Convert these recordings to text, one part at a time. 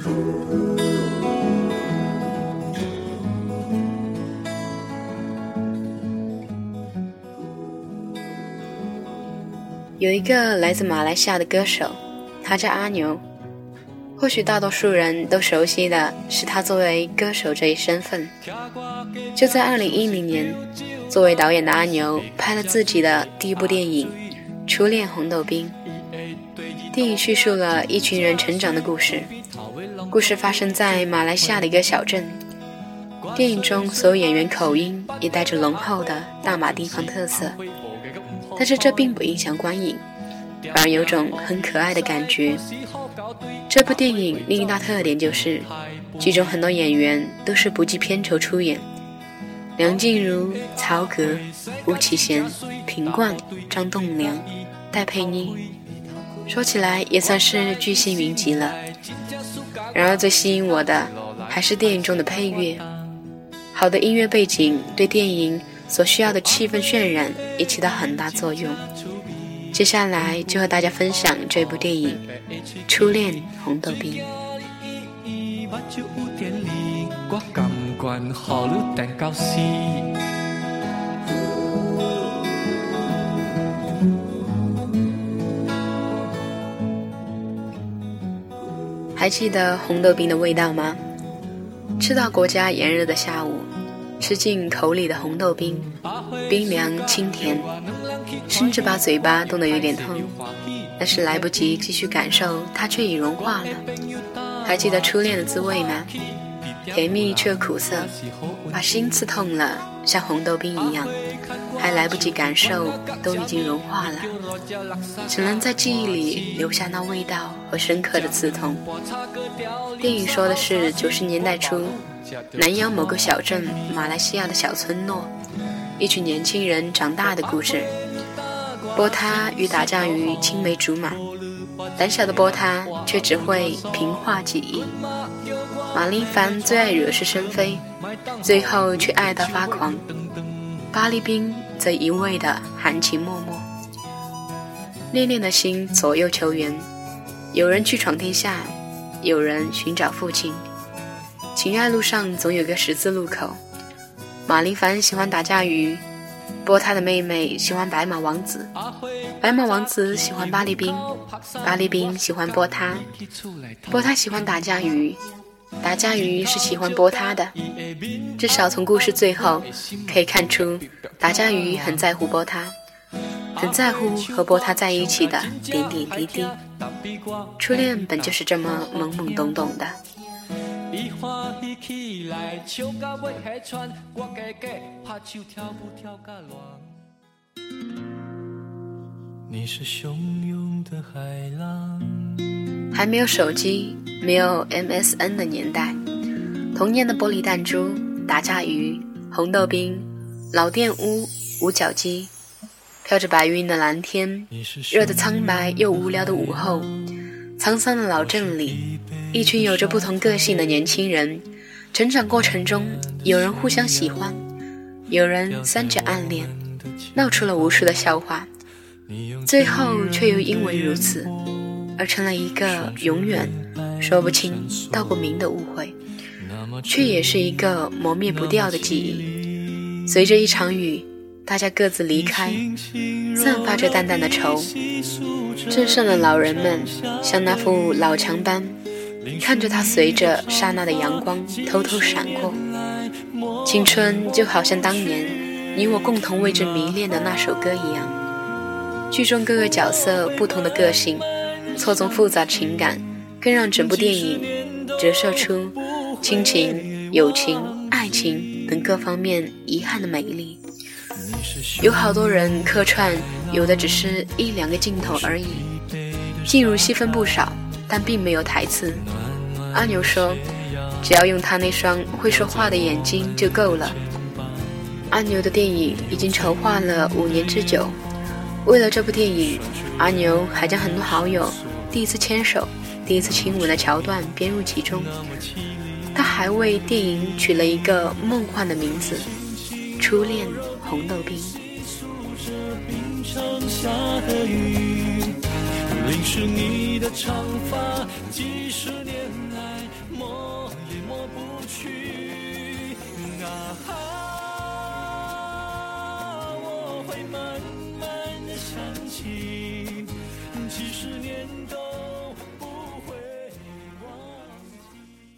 有一个来自马来西亚的歌手，他叫阿牛。或许大多数人都熟悉的是他作为歌手这一身份。就在2010年，作为导演的阿牛拍了自己的第一部电影《初恋红豆冰》。电影叙述了一群人成长的故事，故事发生在马来西亚的一个小镇。电影中所有演员口音也带着浓厚的大马地方特色，但是这并不影响观影，反而有种很可爱的感觉。这部电影另一大特点就是剧中很多演员都是不计片酬出演，梁静茹、曹格、巫启贤、品冠、张栋梁、戴佩妮，说起来也算是巨星云集了。然而最吸引我的还是电影中的配乐，好的音乐背景对电影所需要的气氛渲染也起到很大作用。接下来就和大家分享这部电影《初恋红豆冰》。还记得红豆冰的味道吗？赤道国家炎热的下午，吃进口里的红豆冰，冰凉清甜，甚至把嘴巴冻得有点痛，但是来不及继续感受，它却已融化了。还记得初恋的滋味吗？甜蜜却又苦涩，把心刺痛了，像红豆冰一样，还来不及感受，都已经融化了，只能在记忆里留下那味道和深刻的刺痛。电影说的是90年代初，南洋某个小镇马来西亚的小村落，一群年轻人长大的故事。波他与打架于青梅竹马，胆小的波他却只会平话记忆。马林凡最爱惹是生非，最后却爱到发狂。巴黎冰则一味的含情脉脉。恋恋的心左右求援，有人去闯天下，有人寻找父亲。情爱路上总有个十字路口，马林凡喜欢打架鱼，波他的妹妹喜欢白马王子，白马王子喜欢巴黎冰，巴黎冰喜欢波他，波他喜欢打架鱼，打架鱼是喜欢波他的。至少从故事最后可以看出，打架鱼很在乎波他，很在乎和波他在一起的点点滴滴。初恋本就是这么懵懵懂懂的。你是汹涌的海浪。还没有手机，没有 MSN 的年代，童年的玻璃弹珠、打架鱼、红豆冰、老店屋、五角鸡，飘着白云的蓝天，热得苍白又无聊的午后，沧桑的老镇里，一群有着不同个性的年轻人，成长过程中有人互相喜欢，有人三角暗恋，闹出了无数的笑话，最后却又因为如此而成了一个永远说不清道不明的误会，却也是一个磨灭不掉的记忆。随着一场雨，大家各自离开，散发着淡淡的愁。镇上的老人们像那副老墙般看着它随着刹那的阳光偷偷闪过。青春就好像当年你我共同为之迷恋的那首歌一样，剧中各个角色不同的个性，错综复杂的情感，更让整部电影折射出亲情、友情、爱情等各方面遗憾的美丽。有好多人客串，有的只是1-2个镜头而已，静茹戏份不少，但并没有台词。阿牛说只要用他那双会说话的眼睛就够了。阿牛的电影已经筹划了5年之久，为了这部电影，阿牛还将很多好友第一次牵手、第一次亲吻的桥段编入其中。他还为电影取了一个梦幻的名字，初恋红豆冰。淋湿你的长发，几十年来我会慢慢的想起，几十年都不会忘记。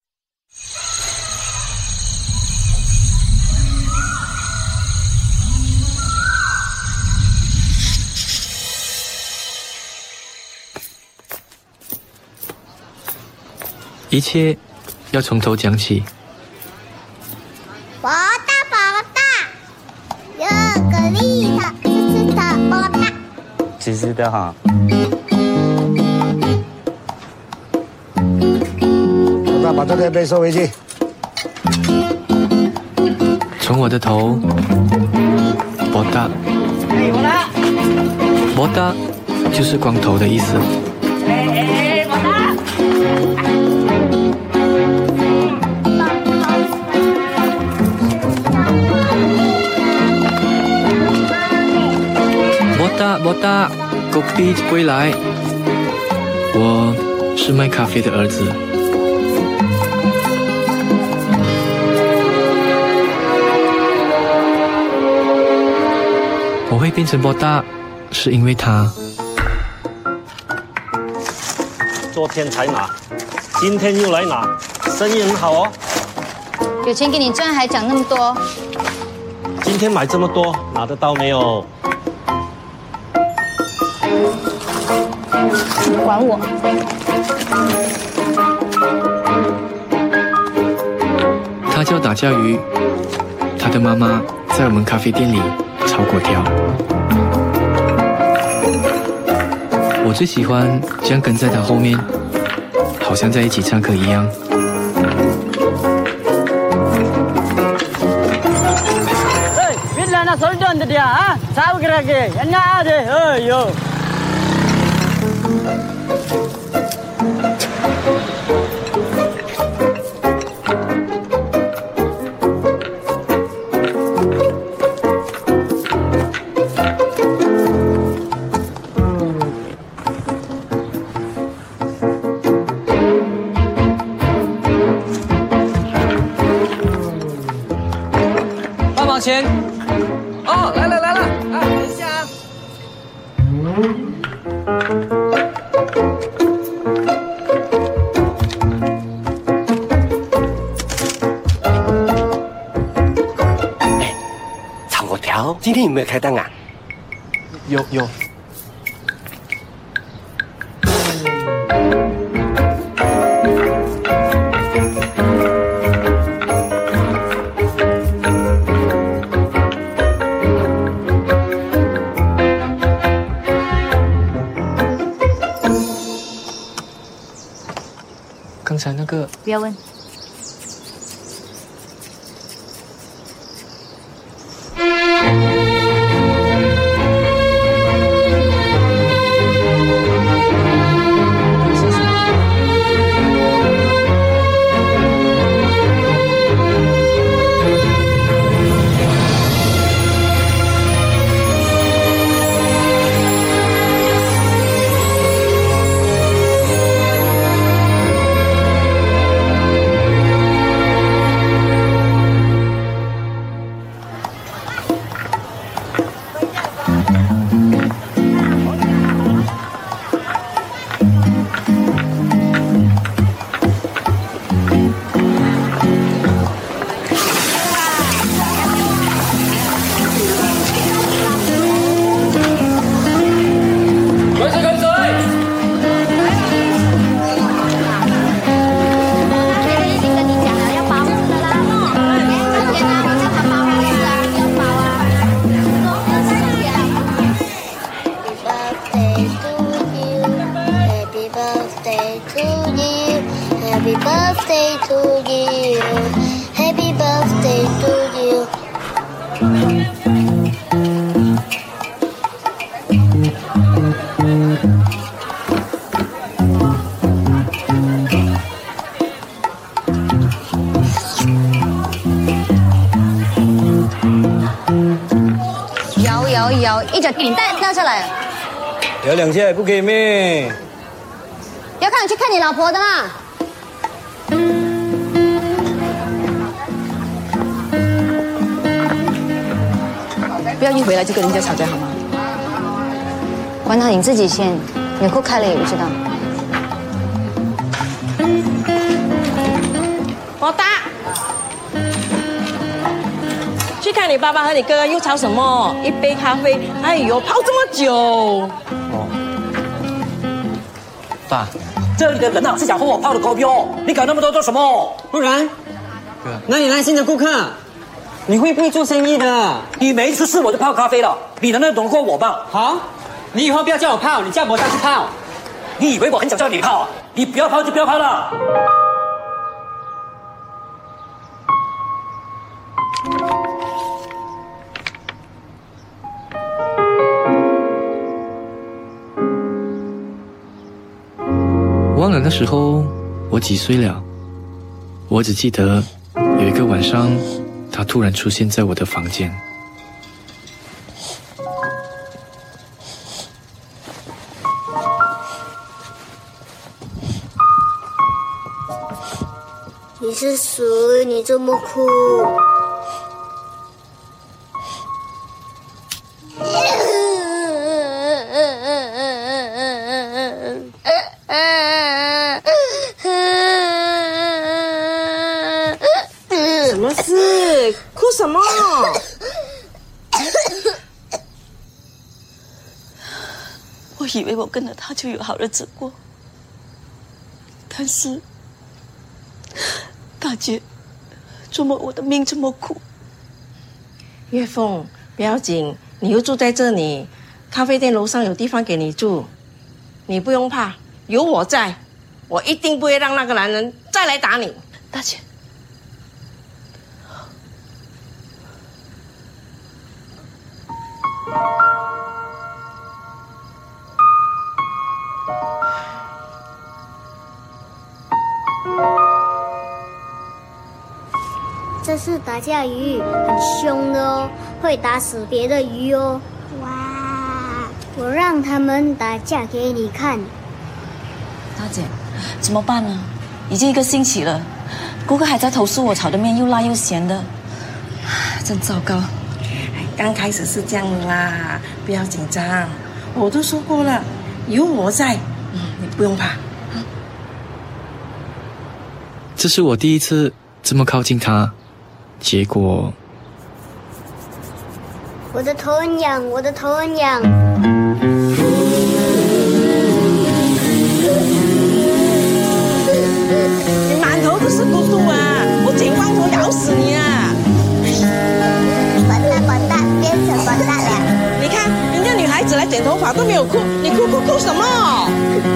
一切要从头讲起。 博大，有个力的，是的，博大。 其实的哈。 博大，把这个杯收回去。 从我的头，博大，博大就是光头的意思。 博大。 博大，狗逼归来！我是卖咖啡的儿子。我会变成博大，是因为他。 昨天才拿，今天又来拿，生意很好哦。 有钱给你赚，还讲那么多。 今天买这么多，拿得到没有？ 管我！ 他叫打架鱼，他的妈妈在我们咖啡店里炒粿条。我最喜欢这样跟在他后面，好像在一起唱歌一样。 Bila nak soldon dia ah, sabu kerage, enak ada, yo. 帮忙钱。哦，来了，啊，等一下啊。 炒粿条今天有没有开档啊？ 有。刚才那个， 不要问。 Happy birthday to you. Happy birthday to you. 摇，一脚领带掉下来。 摇两下也不可以咩？ 要看你去看你老婆的啦。 不要一回来就跟人家吵架好吗？ 管好你自己先，纽扣开了也不知道。 我打。去看你爸爸和你哥哥又吵什么？一杯咖啡，哎呦，泡这么久。 哦，爸，这里的人啊是想和我泡的高标，你搞那么多做什么？ 不然，哪里来新的顾客？你会不会做生意的？ 你没出事我就泡咖啡了，你能不能懂过我吧？ 好，你以后不要叫我泡，你叫我上去泡。 你以为我很想叫你泡啊？你不要泡就不要泡了。 忘了那时候我几岁了，我只记得有一个晚上，他突然出现在我的房间。 你是谁？你这么哭？ 什么事？哭什么？ 我以为我跟了他就有好日子过，但是大姐，怎么我的命这么苦？ 月凤，不要紧，你又住在这里，咖啡店楼上有地方给你住，你不用怕，有我在，我一定不会让那个男人再来打你。 大姐， 这是打架鱼，很凶的哦，会打死别的鱼哦。哇！我让他们打架给你看。 大姐，怎么办呢？已经1个星期了，顾客还在投诉我炒的面又辣又咸的，真糟糕。 刚开始是这样啦，不要紧张，我都说过了，有我在，你不用怕。 这是我第一次这么靠近他，结果我的头很痒，我的头很痒。 你满头都是咕嘟啊！我剪光头咬死你啊！ 滚蛋，变成滚蛋了！ 你看，人家女孩子来剪头发都没有哭，你哭什么？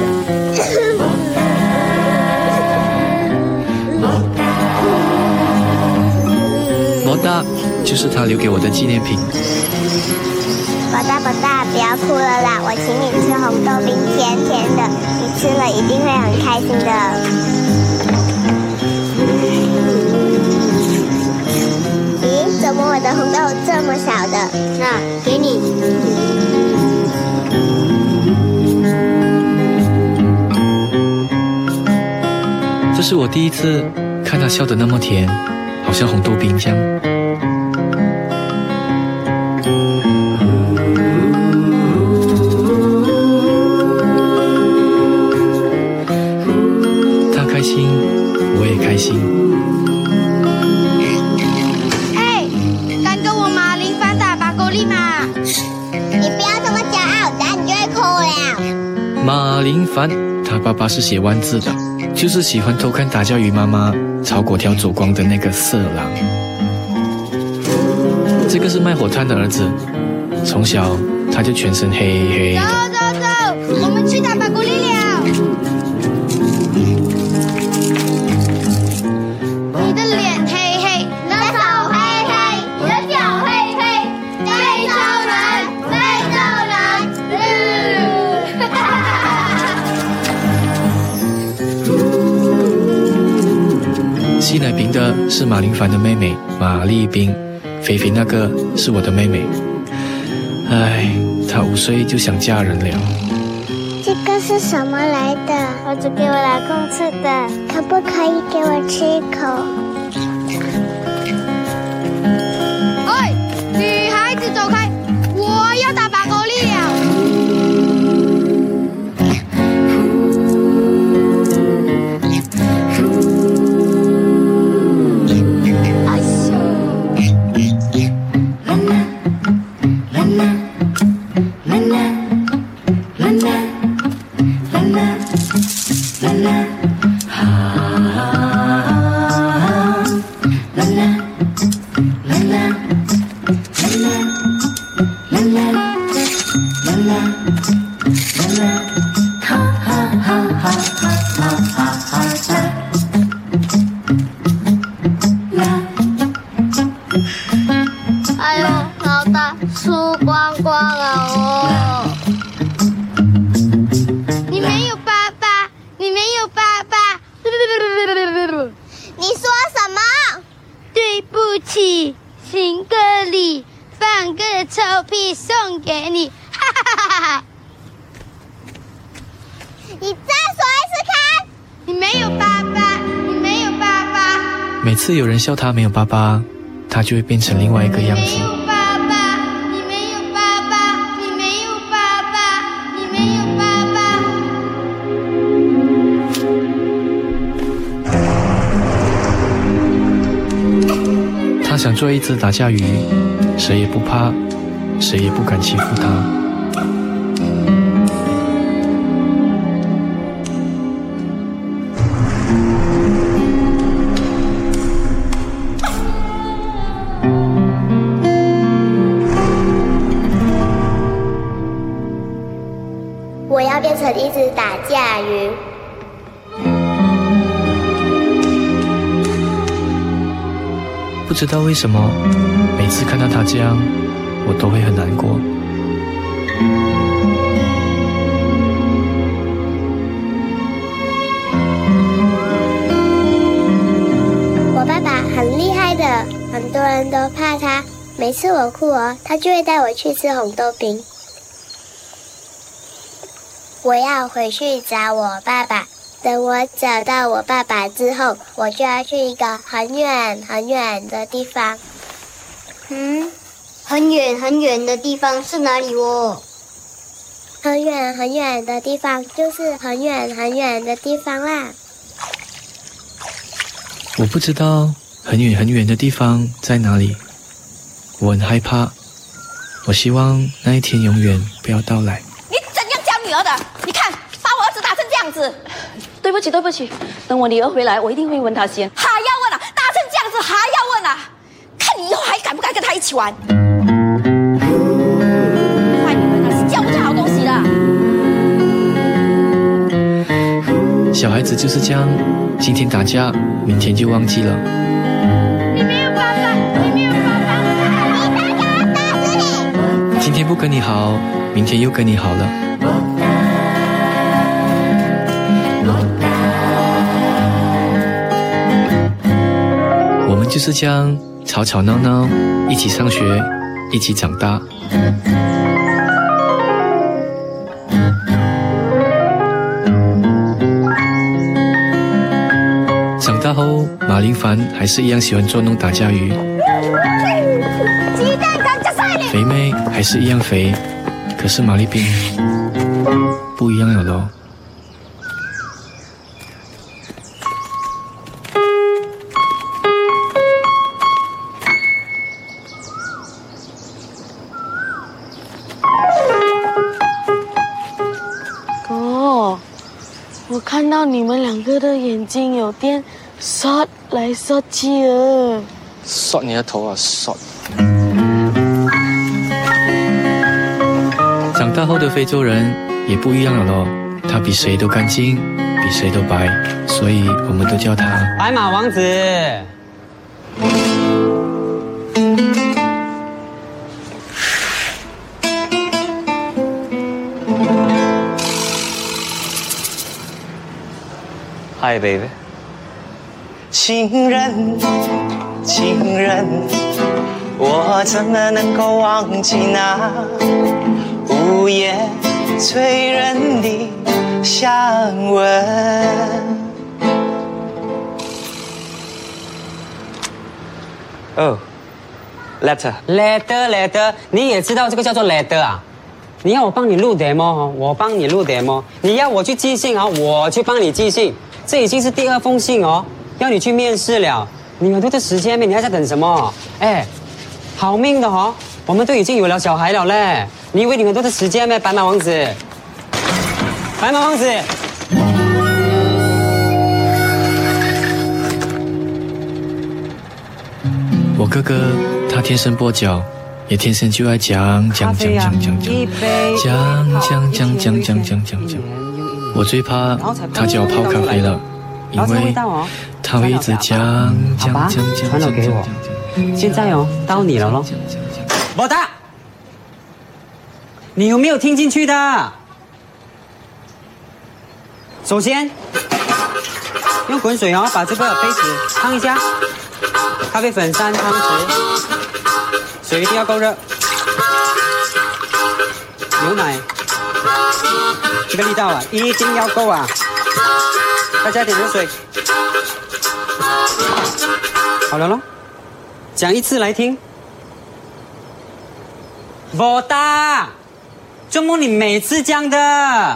毛大就是他留给我的纪念品。 宝大，不要哭了啦！我请你吃红豆冰，甜甜的，你吃了一定会很开心的。咦，怎么我的红豆这么小的？那给你。 这是我第一次看他笑得那么甜，好像红豆冰这样。他开心，我也开心。 哎，敢跟我马林凡打把狗力嘛？你不要这么骄傲，等下你就会哭了。 马林凡，他爸爸是写万字的，就是喜欢偷看打架鱼妈妈炒粿条走光的那个色狼。这个是卖火炭的儿子，从小他就全身黑黑的。 走，我们去打把狗力了。你的脸黑黑，你的手黑黑，你的脚黑黑，非洲人，非洲人。吸奶瓶的是马林凡的妹妹马丽冰，肥肥那个是我的妹妹。唉，她5岁就想嫁人了。 这个是什么来的？儿子给我老公吃的，可不可以给我吃一口？哎，女孩子走开！ 哎呦，脑袋输光光了哦！你没有爸爸，你没有爸爸。你说什么？对不起，行个礼，放个臭屁送给你。哈哈哈哈！你再说一次看。你没有爸爸，你没有爸爸。 每次有人笑他没有爸爸，他就会变成另外一个样子。 你没有爸爸，你没有爸爸，你没有爸爸，你没有爸爸。 他想做一只打架鱼，谁也不怕，谁也不敢欺负他。 我要变成一只打架鱼。 不知道为什么，每次看到他这样，我都会很难过。 我爸爸很厉害的，很多人都怕他。每次我哭他就会带我去吃红豆冰。我要回去找我爸爸。等我找到我爸爸之后，我就要去一个很远很远的地方。很远很远的地方是哪里哦？很远很远的地方就是很远很远的地方啦。 我不知道很远很远的地方在哪里，我很害怕。我希望那一天永远不要到来。 你怎样教女儿的？你看，把我儿子打成这样子。对不起，对不起，等我女儿回来，我一定会问她先。还要问啊？打成这样子还要问啊？看你以后还敢不敢跟她一起玩？坏女人啊，是教不出好东西的。 小孩子就是这样，今天打架，明天就忘记了。 你没有爸爸，你没有爸爸，你打给我打死你！ 今天不跟你好，明天又跟你好了。我们就是这样吵吵闹闹，一起上学，一起长大。长大后，马林凡还是一样喜欢捉弄打架鱼。 鸡蛋刚加菜里。 肥妹还是一样肥，可是马丽冰不一样了咯。 我看到你们两个的眼睛有点缩来缩去了。 缩你的头啊，缩！ 长大后的非洲人也不一样了咯，他比谁都干净，比谁都白，所以我们都叫他白马王子。 Hi, baby。情人，情人，我怎么能够忘记那午夜醉人的香吻？ 哦 ，letter，你也知道这个叫做 letter 啊？你要我帮你录 demo， 我帮你录 demo。你要我去寄信啊，我去帮你寄信。这已经是第2封信哦，要你去面试了。你有多的时间没？你还在等什么？哎，好命的哦，我们都已经有了小孩了嘞。你以为你很多的时间没？白马王子，白马王子。 哥哥他天生跛脚，也天生就爱讲。我最怕他叫我泡咖啡了，因为他会一直讲。 传了给我。现在到你了咯。莫达，你有没有听进去的？首先，用滚水把这个杯子烫一下，咖啡粉3汤匙，水一定要够热，牛奶，这个力道一定要够再加点热水，好了咯，讲一次来听。莫达，怎么你每次这样的？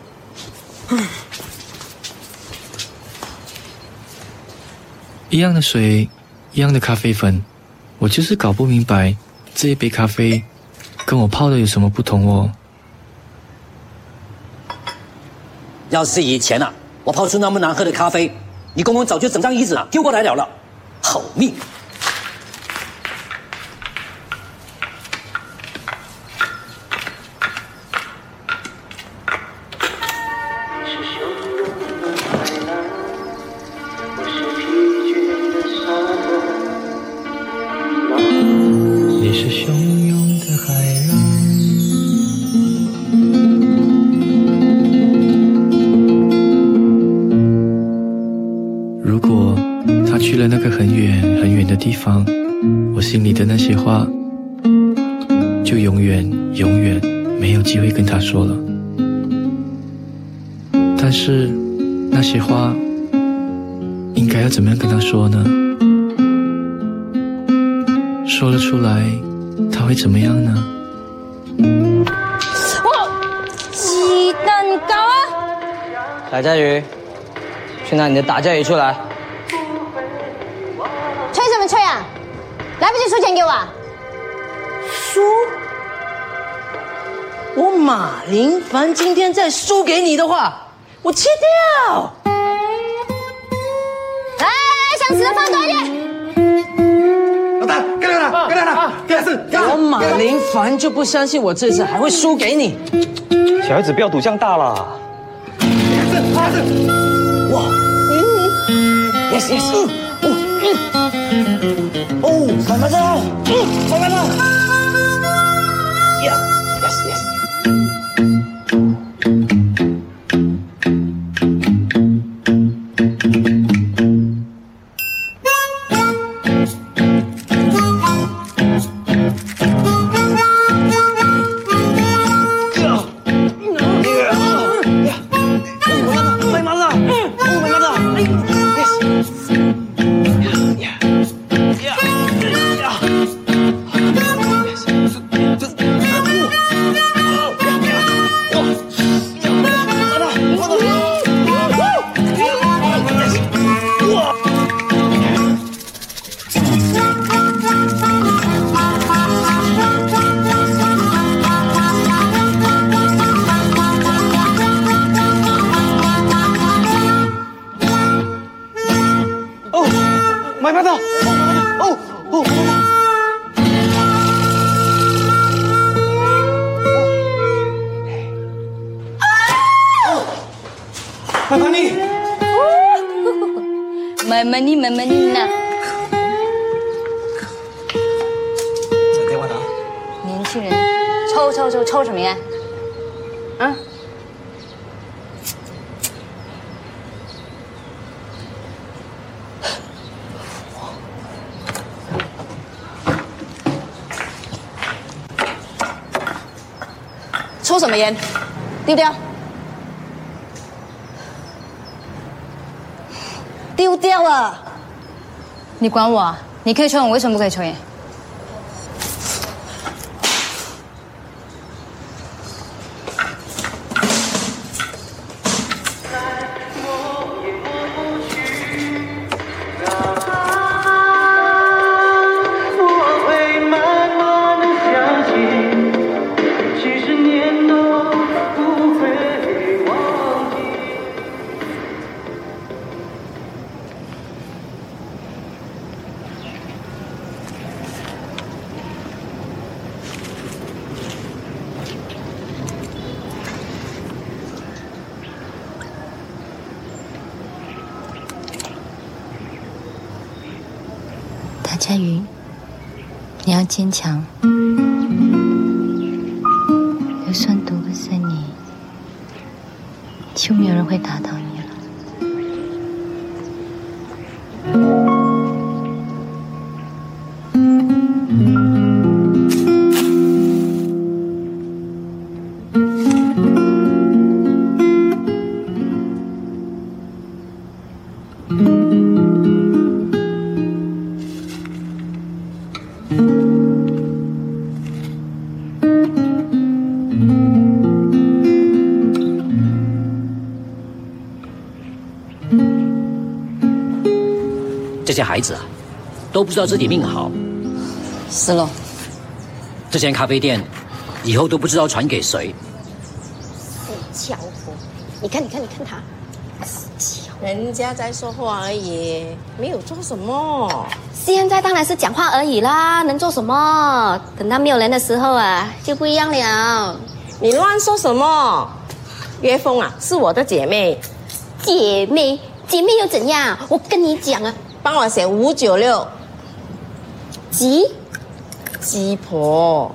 一样的水，一样的咖啡粉，我就是搞不明白这一杯咖啡跟我泡的有什么不同哦。 要是以前我泡出那么难喝的咖啡，你公公早就整张椅子丢过来了。好命！ 你是汹涌的海浪， 如果他去了那个很远很远的地方，我心里的那些话就永远永远没有机会跟他说了。但是那些话应该要怎么样跟他说呢？说了出来他会怎么样呢？ 鸡蛋糕打架鱼，去拿你的打架鱼出来。 吹什么吹来不及输钱给我输？我马林凡今天再输给你的话，我切掉。 来，想死的放多一点。 老大，跟来了，跟来了，第二次。 我马林凡就不相信我这次还会输给你。 小孩子不要赌这样大啦。 第二次。 哇，yes yes，慢慢的，慢慢的，yes yes。 买不到， 妈妈你， 妈妈你呢？ 给我拿。 年轻人，抽什么烟？ 抽什么烟？丢掉！丢掉了！ 你管我？你可以抽烟，我为什么不可以抽烟？ 大家瑜，你要坚强。就算赌不死你，就没有人会打倒你了。 这些孩子啊，都不知道自己命好。 是咯。 这间咖啡店，以后都不知道传给谁。 死家伙！你看他， 人家在说话而已，没有做什么。 现在当然是讲话而已啦，能做什么？等到没有人的时候啊，就不一样了。 你乱说什么？岳峰啊，是我的姐妹。 姐妹又怎样？我跟你讲啊， 帮我写596。鸡婆。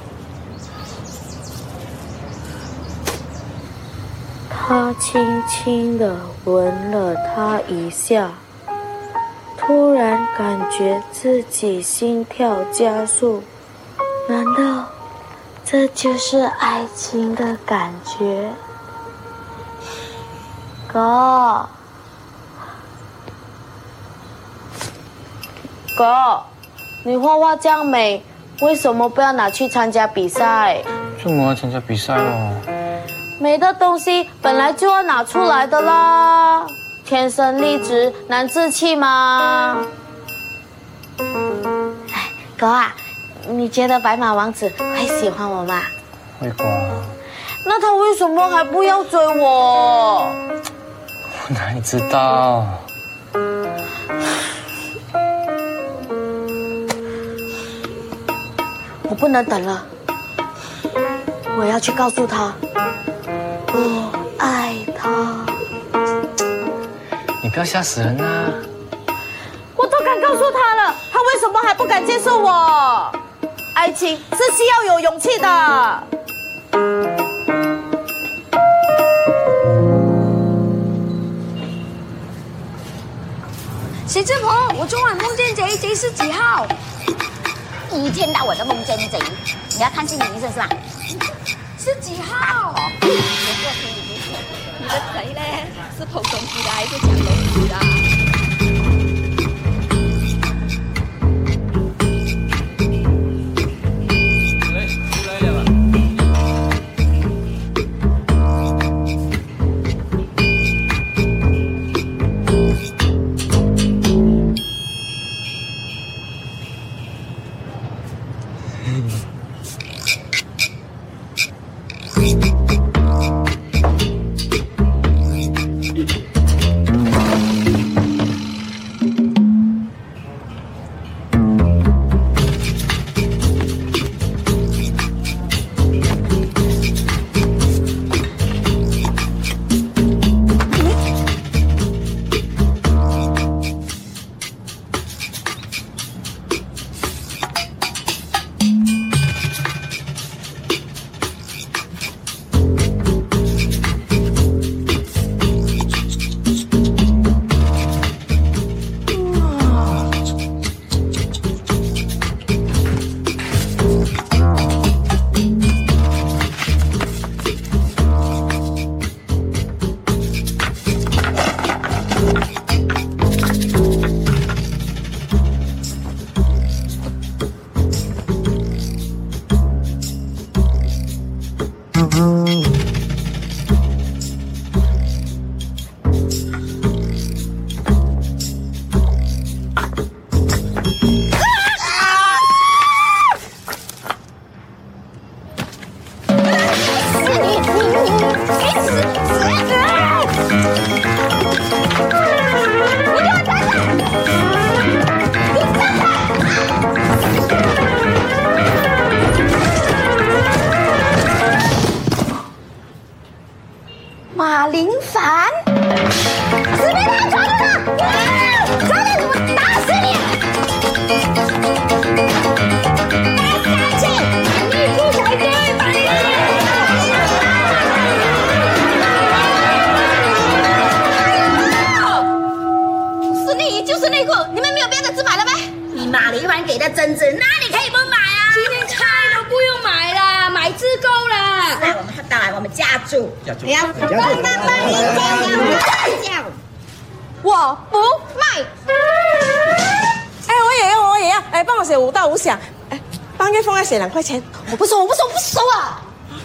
他轻轻地吻了她一下，突然感觉自己心跳加速。难道这就是爱情的感觉？哥，你画画这样美，为什么不要拿去参加比赛？ 怎么要参加比赛哦？ 美的东西本来就要拿出来的啦，天生丽质难自弃嘛。哎，哥啊，你觉得白马王子会喜欢我吗？ 会吧。 那他为什么还不要追我？ 我哪里知道？ 我不能等了，我要去告诉他，我爱他。 你不要吓死人啊！ 我都敢告诉他了，他为什么还不敢接受我？爱情是需要有勇气的。 徐志婆，我昨晚梦见贼，贼是几号？一天到晚的梦见贼，你要看心理医生是吧？是几号？我做心理医生，你的贼呢？是偷东西的还是抢东西的？ 内裤，你们没有别的纸买了吗？ 你马丽环给的针子，哪里可以不买啊？ 今天菜都不用买啦，买自购啦。 来，我们到来我们家住。 家住。 我不卖。 哎，我也要，哎，帮我写5到5响，哎，帮月凤要写2块钱。 我不收啊！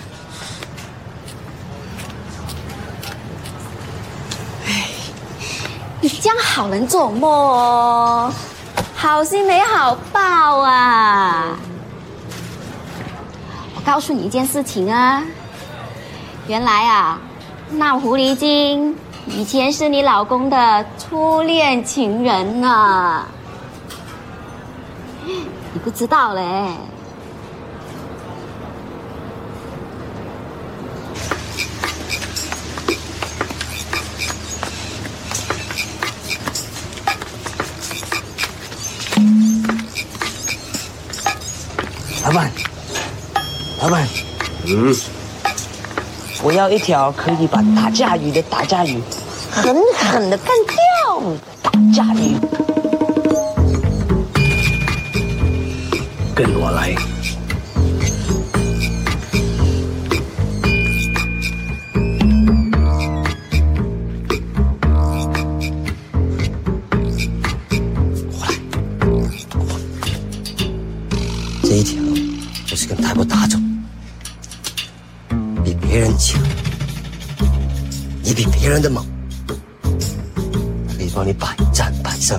哎，你这样好人做梦哦，好心没好报啊！我告诉你一件事情啊，原来啊，那狐狸精以前是你老公的初恋情人啊，你不知道嘞。 老板，我要一条可以把打架鱼的打架鱼狠狠的干掉的打架鱼。 跟我来。这一条就是跟太婆打走，比别人强，也比别人的猛，可以帮你百战百胜。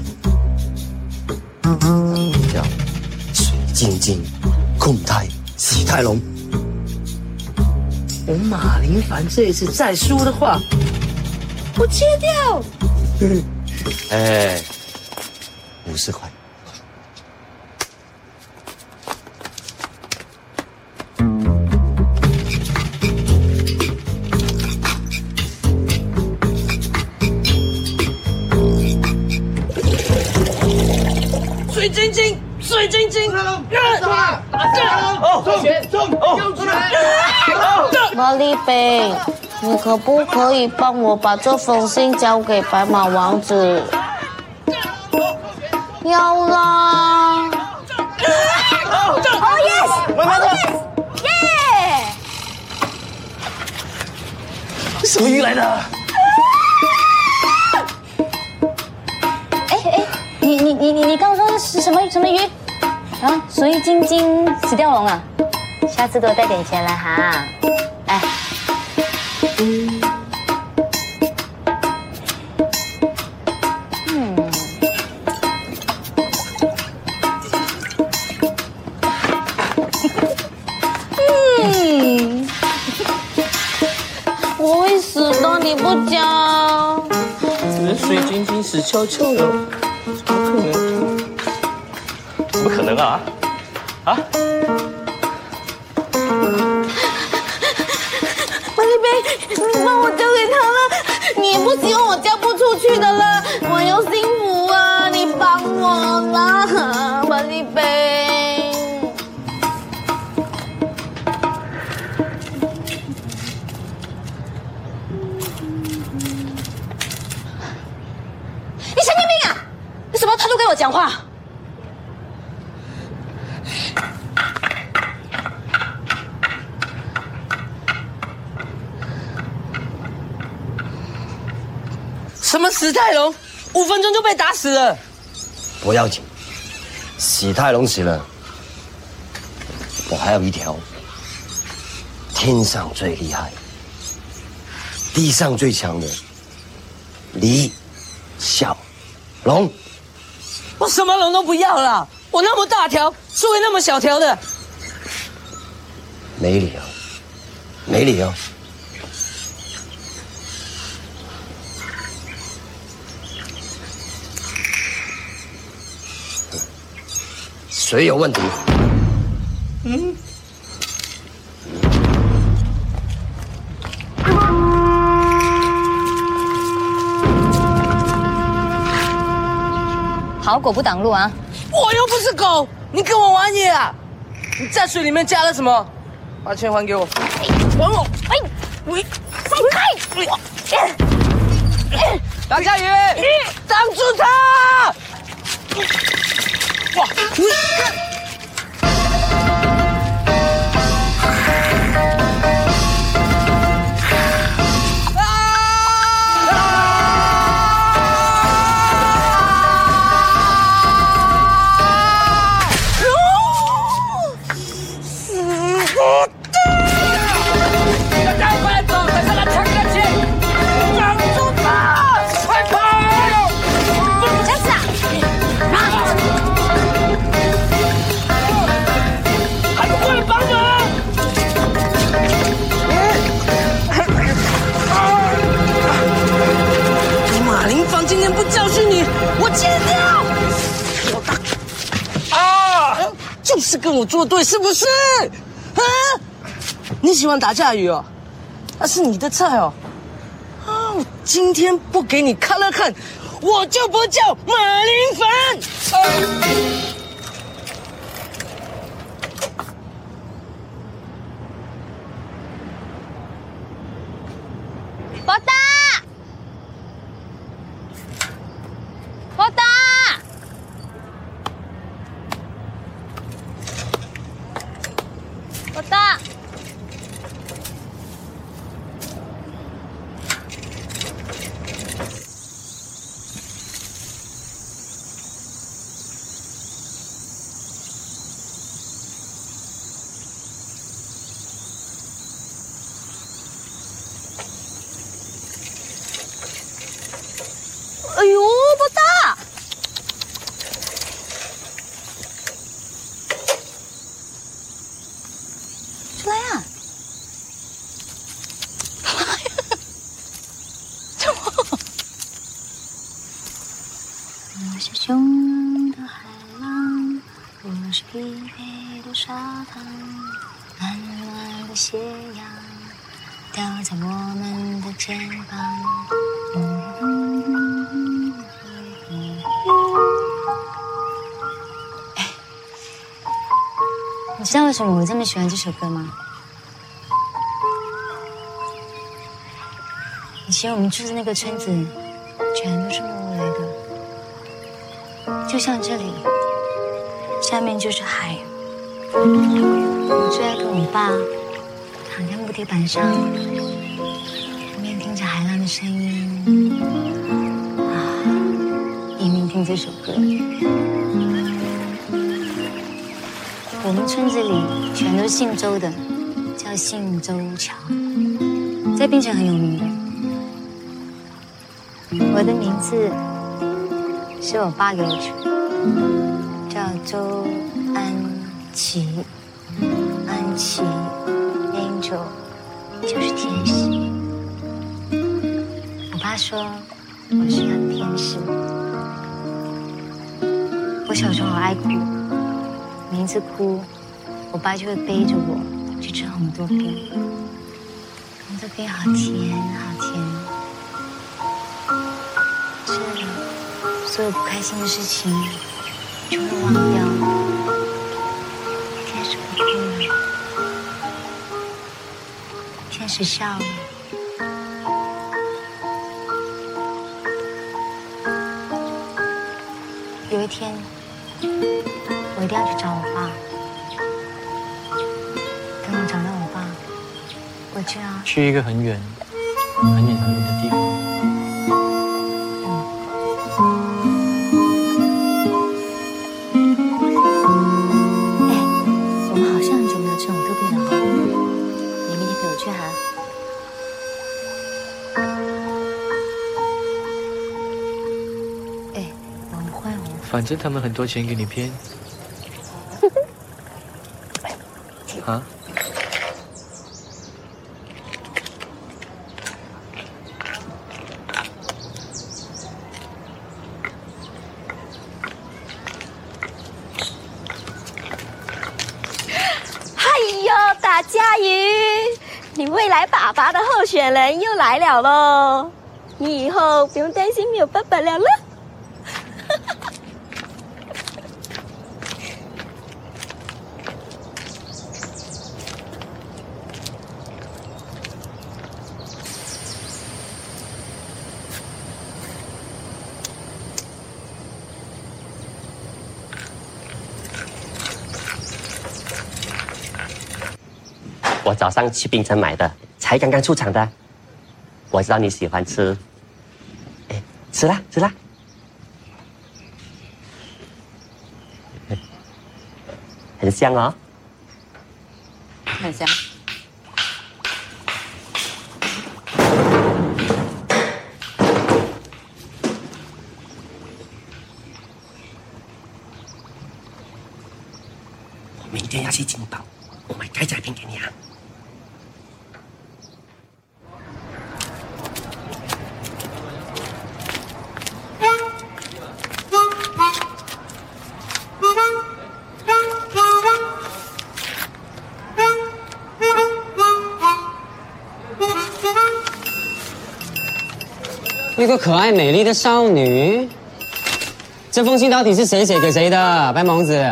叫水晶晶控太喜太龙。 我马林凡这一次再输的话， 我切掉。 哎，50块。 水晶晶，水晶晶， 马丽贝，你可不可以帮我把这封信交给白马王子？要啦！ 哦 yes， 耶！ 什么鱼来的？ 你刚说是什么鱼？啊，水晶晶死掉龙啊！下次给我带点钱来哈。哎， 我会死的，你不讲。 水晶晶死翘翘的，怎么可能？怎么可能啊？啊！ 马丽贝，你帮我交给他了，你也不希望我嫁不出去的了，我要幸福啊！你帮我啦，马丽贝。 你神经病啊！你什么态度跟我讲话？ 什么史泰龙，5分钟就被打死了。 不要紧，喜泰龙死了，我还有一条，天上最厉害，地上最强的李小龙。 我什么龙都不要了，我那么大条，输给那么小条的， 没理由，没理由。谁有问题？ 好狗不挡路啊！ 我又不是狗，你跟我玩野啊？你在水里面加了什么？把钱还给我！还我！哎，你放开！打架鱼，挡住他！ 教训你，我剪掉！我打啊！就是跟我作对，是不是？啊？你喜欢打架鱼哦？那是你的菜哦。啊！我今天不给你看了看，我就不叫马林凡。 博大，博大，博大。 哎呦，博大！出来呀！怎么？ 我是汹涌的海浪，我是疲惫的沙滩，暖暖的斜阳掉在我们的肩膀。你知道为什么我这么喜欢这首歌吗？以前我们住的那个村子，全都是木屋来的，就像这里，下面就是海。我最爱跟我爸躺在木地板上，一面听着海浪的声音，一面听这首歌。我们村子里全都姓周的，叫姓周桥，在槟城很有名的。我的名字是我爸给我取的，叫周安琪。安琪 ，Angel 就是天使。我爸说我是他的天使。我小时候好爱哭。每一次哭，我爸就会背着我去吃红豆冰。红豆冰好甜，好甜。吃了，所有不开心的事情就会忘掉。天使不哭了，天使笑了。有一天，我一定要去找我爸。等我找到我爸，我就要去一个很远、很远、很远的地方。 我们好像很久没有吃红豆冰了哈，你明天陪我去哈。我会哦。 反正他们很多钱给你骗。啊？ 大家鱼，你未来爸爸的候选人又来了喽！你以后不用担心没有爸爸了。 我早上去槟城买的，才刚刚出厂的。我知道你喜欢吃，哎，吃啦吃啦。很香哦。 很香。 我明天要去金宝，我买开仔片给你啊。 一个可爱美丽的少女。这封信到底是谁写给谁的？白蒙子？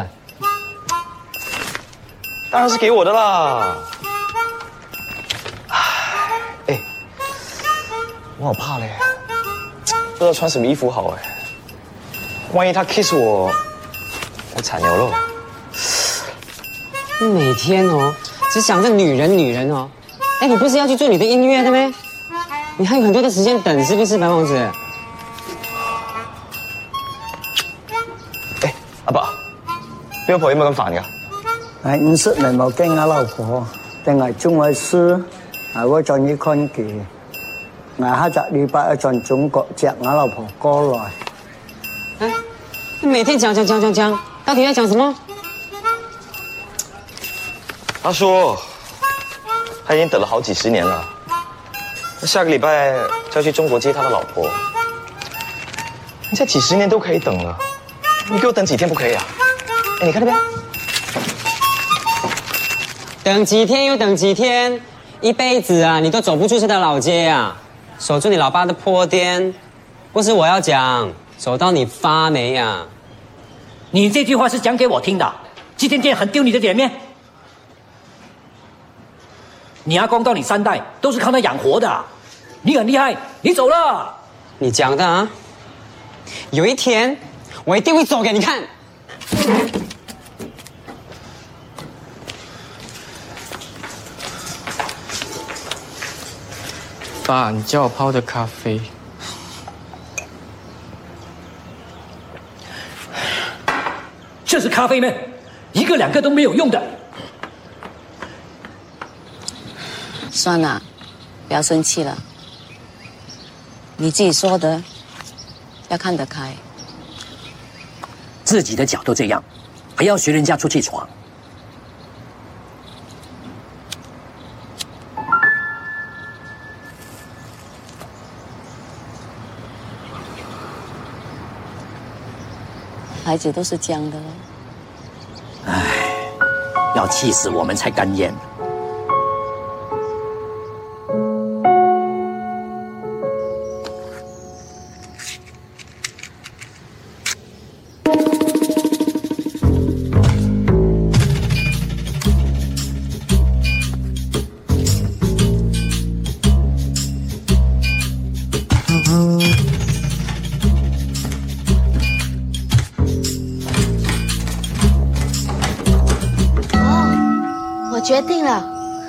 当然是给我的啦。哎，我好怕嘞，不知道穿什么衣服好哎。万一他 kiss 我，我惨了喽。 你每天哦，只想着女人哦。哎，你不是要去做你的音乐的咩？你还有很多的时间等，是不是，白蒙子？ 哎，阿爸，你老婆有冇咁煩噶？ 係50年冇見我老婆，定係中位書，我在呢看見，我下個禮拜從中國接我老婆過來。 哎，你每天講，到底要講什麼？ 他說，他已經等了好幾十年了，下個禮拜就要去中國接他的老婆。你這幾十年都可以等了，你給我等幾天不可以啊？哎，你看那邊。 等幾天又等幾天，一輩子啊，你都走不出這條老街啊！守住你老爸的破店，不是我要講，走到你發霉啊！ 你這句話是講給我聽的，這間店很丟你的臉面。你阿公到你3代都是靠他養活的，你很厲害，你走了。 你講的啊？有一天我一定會走給你看。 爸，你叫我泡的咖啡。 这是咖啡咩？一个两个都没有用的。 算了，不要生气了。你自己说的，要看得开。 自己的脚都这样，还要学人家出去闯。 孩子都是这样的了。 唉，要气死我们才甘愿。 决定了，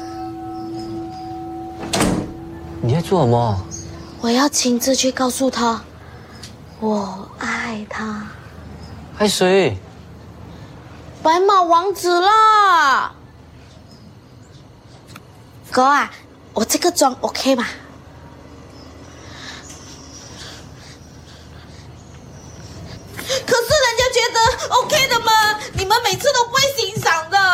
你在做什么？ 我要亲自去告诉他，我爱他。 爱谁？ 白马王子啦！哥啊，我这个妆 OK 吗？ 可是人家觉得 OK 的嘛，你们每次都不会欣赏的。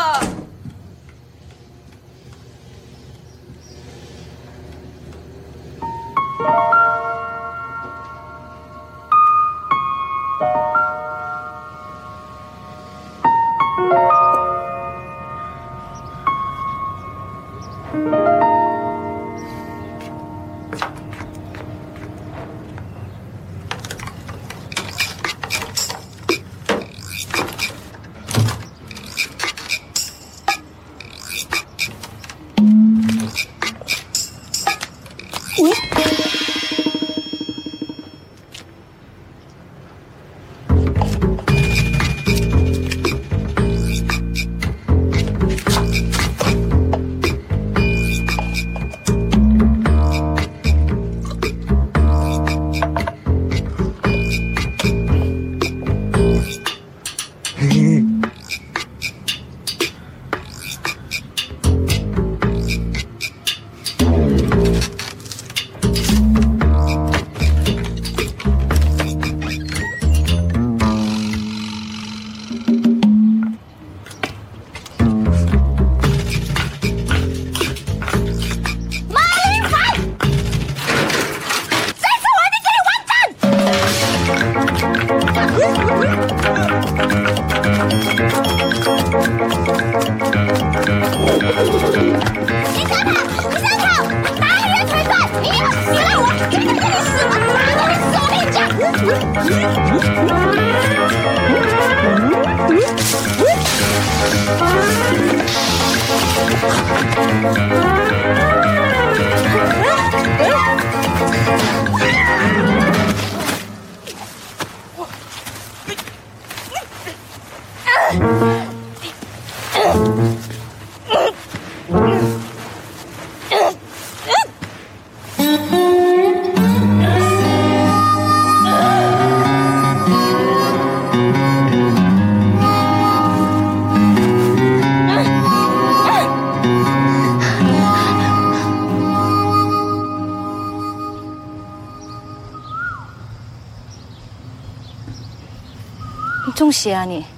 你中邪啊你！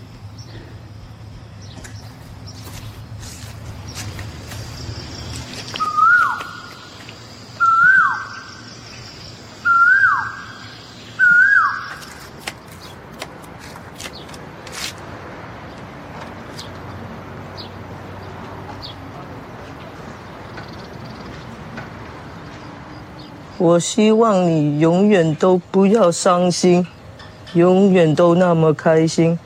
我希望你永远都不要伤心，永远都那么开心，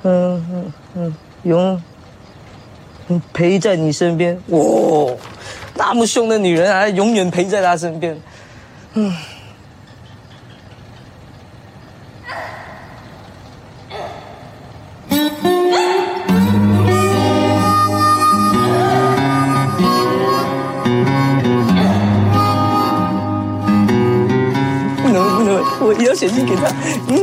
陪在你身边。哇，那么凶的女人还永远陪在她身边，我也要写信给他。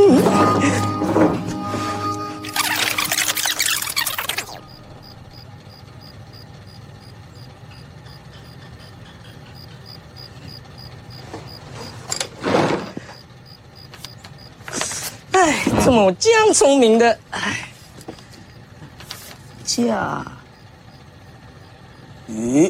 哎，怎么我这样聪明的？哎，驾驭。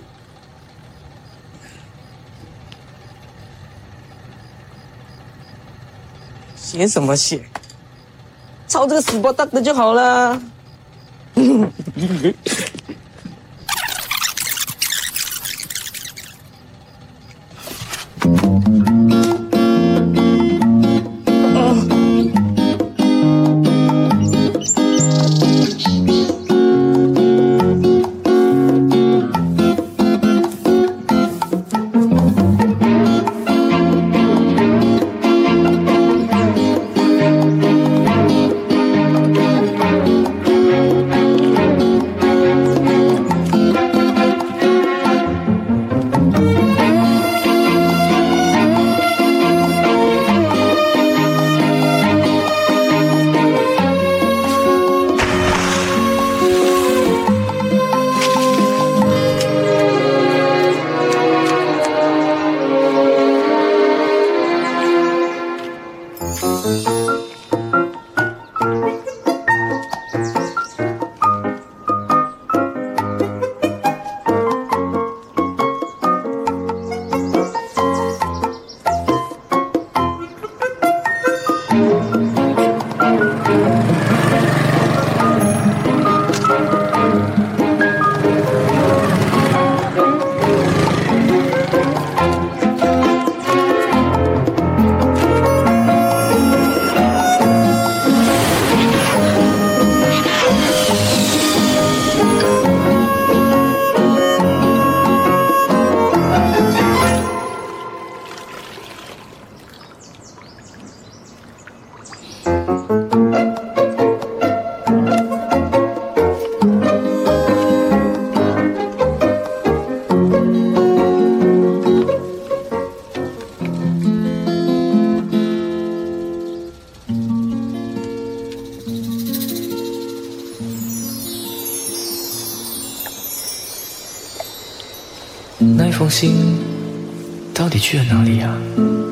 写什么写？抄这个死包大的就好了。 那封信到底去了哪里啊？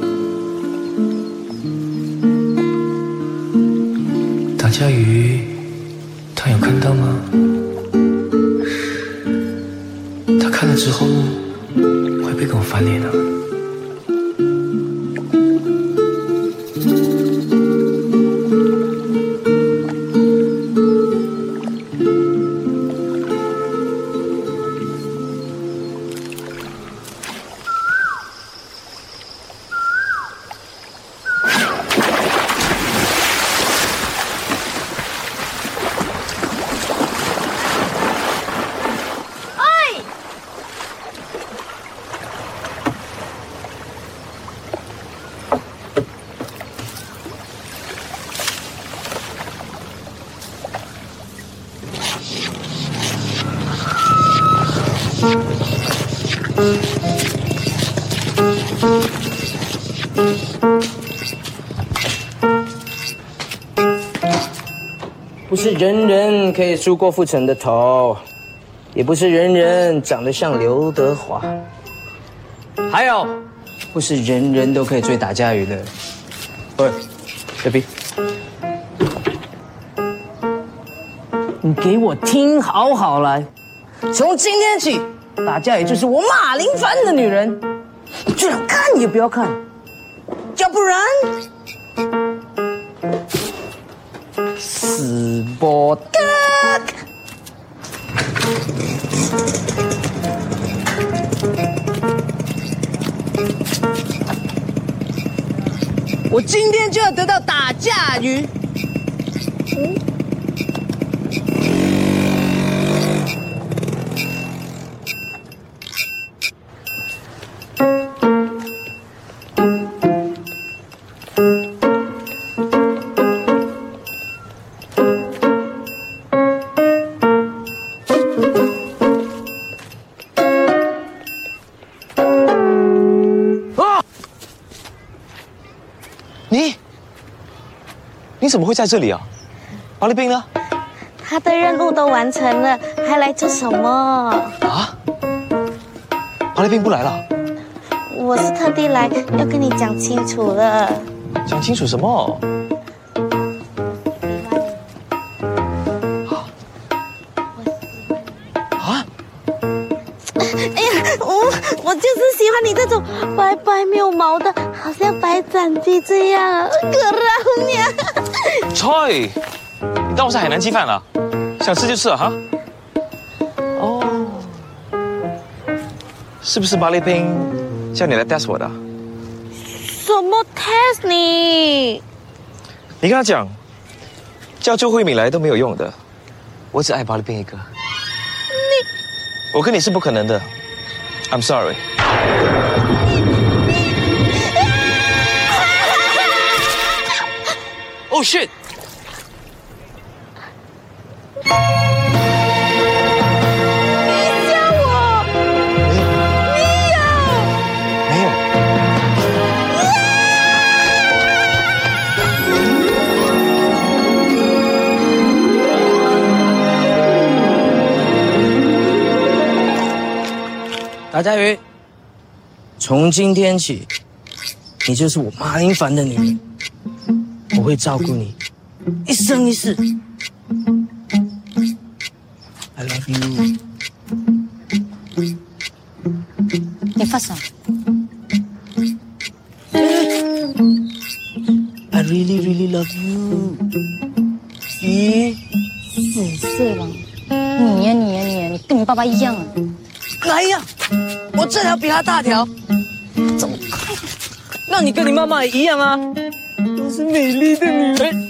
打架鱼，他有看到吗？他看了之后会不会跟我翻脸啊？ 不是人人可以梳郭富城的头，也不是人人长得像刘德华，还有，不是人人都可以追打架鱼的。喂，小 B， 你给我听好来，从今天起，打架鱼就是我马林凡的女人，你居然看也不要看，要不然。死波德！我今天就要得到打架鱼。 你怎么会在这里啊？巴黎兵呢？ 他的任务都完成了，还来做什么？ 啊？巴黎兵不来了？ 我是特地来要跟你讲清楚了。 讲清楚什么？啊？ 哎呀，我就是喜欢你这种白白没有毛的，好像白斩鸡这样。可饶你啊！ 蔡，你当我是海南鸡饭了？想吃就吃啊哈！哦，是不是巴黎兵叫你来 test 我的？ 什么 test 你？ 你跟他讲，叫周慧敏来都没有用的，我只爱巴黎兵一个。我跟你是不可能的 ，I'm sorry。Oh shit！ 打架鱼，从今天起，你就是我马林凡的女人，我会照顾你一生一世。I love you。 你发什么 ？I really really love you。咦， 死色狼！你呀，你跟你爸爸一样啊！ 哪一样？我这条比他大条。怎么可以？那你跟你妈妈也一样啊，都是美丽的女人。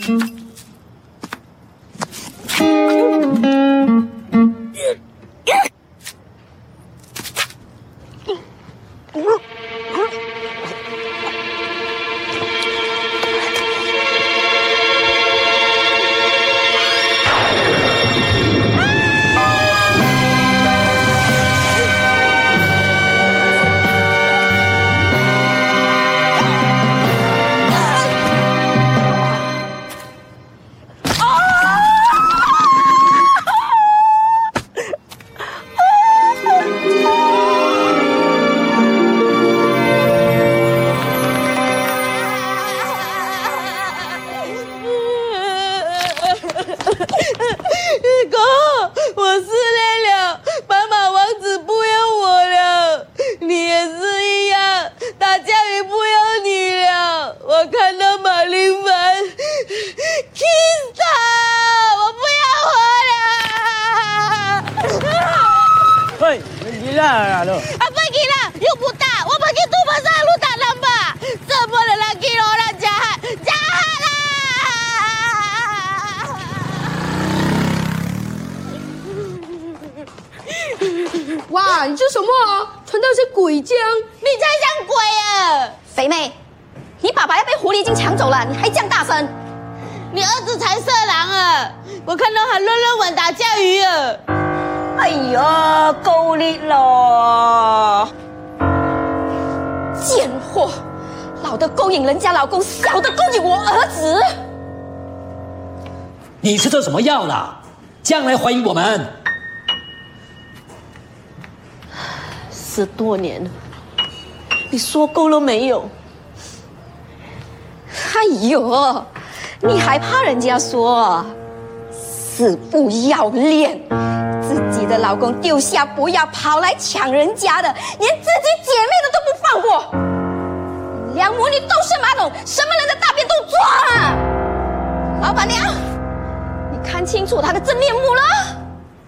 哇，你这什么啊？传到是鬼浆，你才像鬼啊！ 肥妹，你爸爸要被狐狸精抢走了，你还这样大声？ 你儿子才色狼啊！我看到他乱玩打架鱼啊！ 哎呀，够力了！贱货，老的勾引人家老公，小的勾引我儿子。 你吃错什么药了？这样来怀疑我们 ？10多年了，你说够了没有？哎呦，你还怕人家说死不要脸？自己的老公丢下不要，跑来抢人家的，连自己姐妹的都不放过。两母女都是马桶，什么人的大便都装啊！老板娘，你看清楚他的真面目了。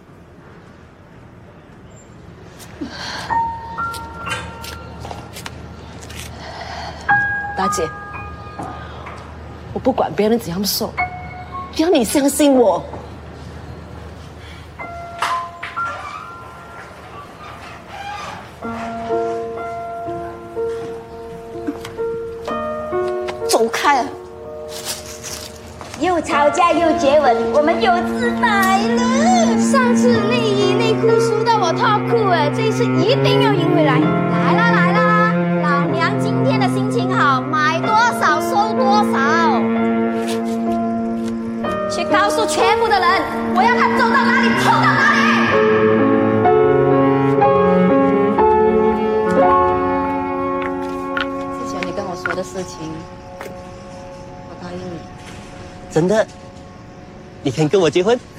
大姐，我不管别人怎样说，只要你相信我。走开！ 又吵架又接吻，我们有自白了。上次内衣内裤输到我痛哭哎，这一次一定要赢回来。来啦来啦，老娘今天的心情好，买多少收多少。去告诉全部的人，我要他走到哪里冲到哪里。 之前你跟我说的事情，我答应你。 真的？你肯跟我结婚？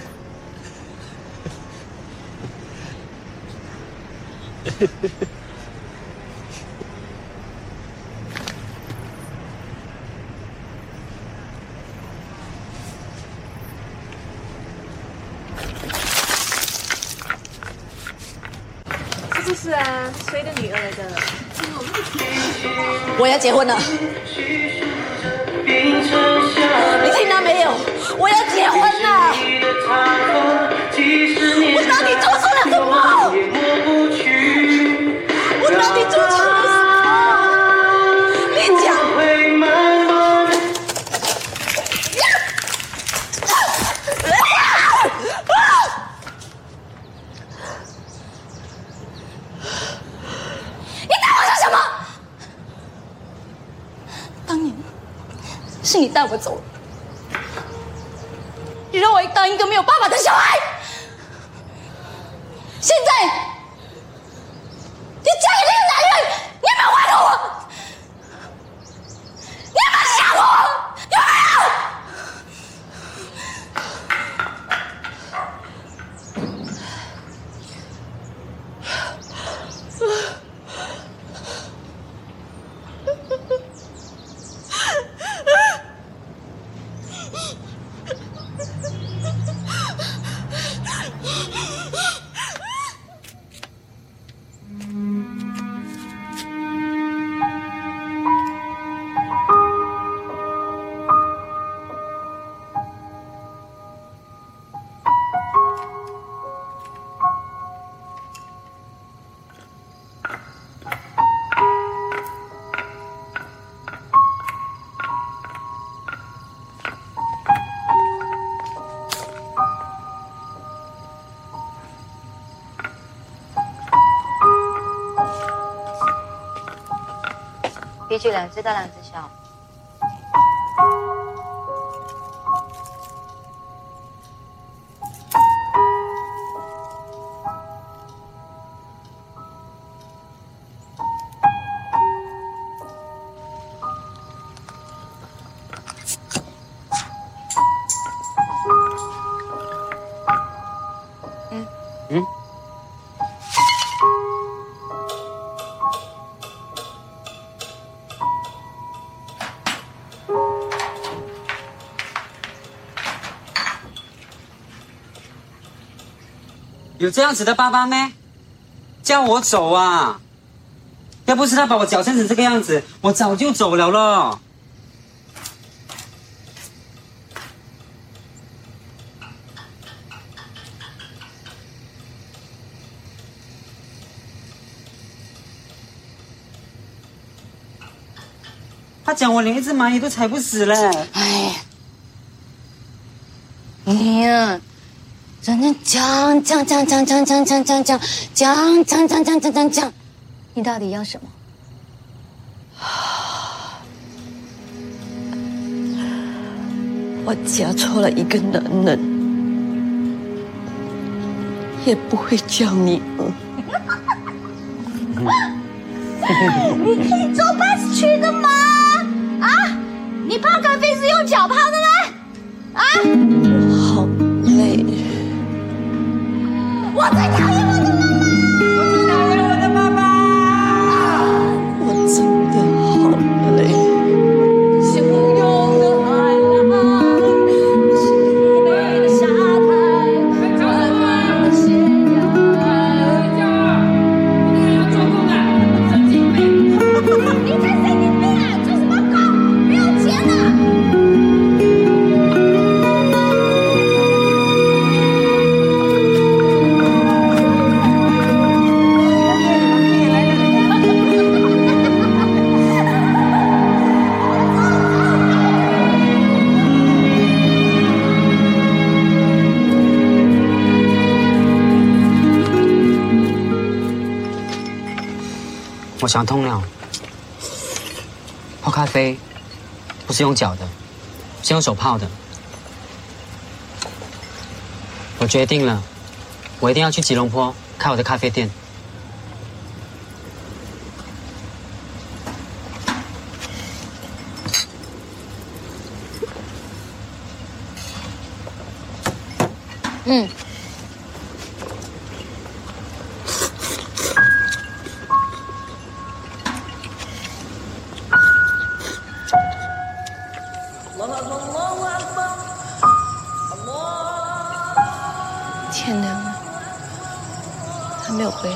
是不是啊？谁的女儿来的？ 我要结婚了。你听到没有？我要结婚了！我到底做错了什么？我到底做错了什么？你讲！你带我做什么？当年是你带我走了。你让我当一个没有爸爸的小孩，现在你嫁给那个男人，你有没有还我？你有没有想我？有没有？ 啤酒2支到2支小。 有这样子的爸爸咩？叫我走啊！要不是他把我搅成这个样子，我早就走了咯。他讲我连一只蚂蚁都踩不死嘞！ 哎，你呀，整天讲，你到底要什么？ 我嫁错了一个男人，也不会叫你儿。 你可以坐巴士去的吗？啊？你泡咖啡是用脚泡的吗？啊？ 我好累。 我最讨厌我的妈妈！ 我最讨厌我的妈妈！ 我真的好累。 汹涌的海浪，凄美的沙滩，缓慢的斜阳。你才神经病啊！做什么工？没有钱啊！ 我想通了，泡咖啡不是用脚的，是用手泡的。我决定了，我一定要去吉隆坡开我的咖啡店。 天亮了，还没有回来。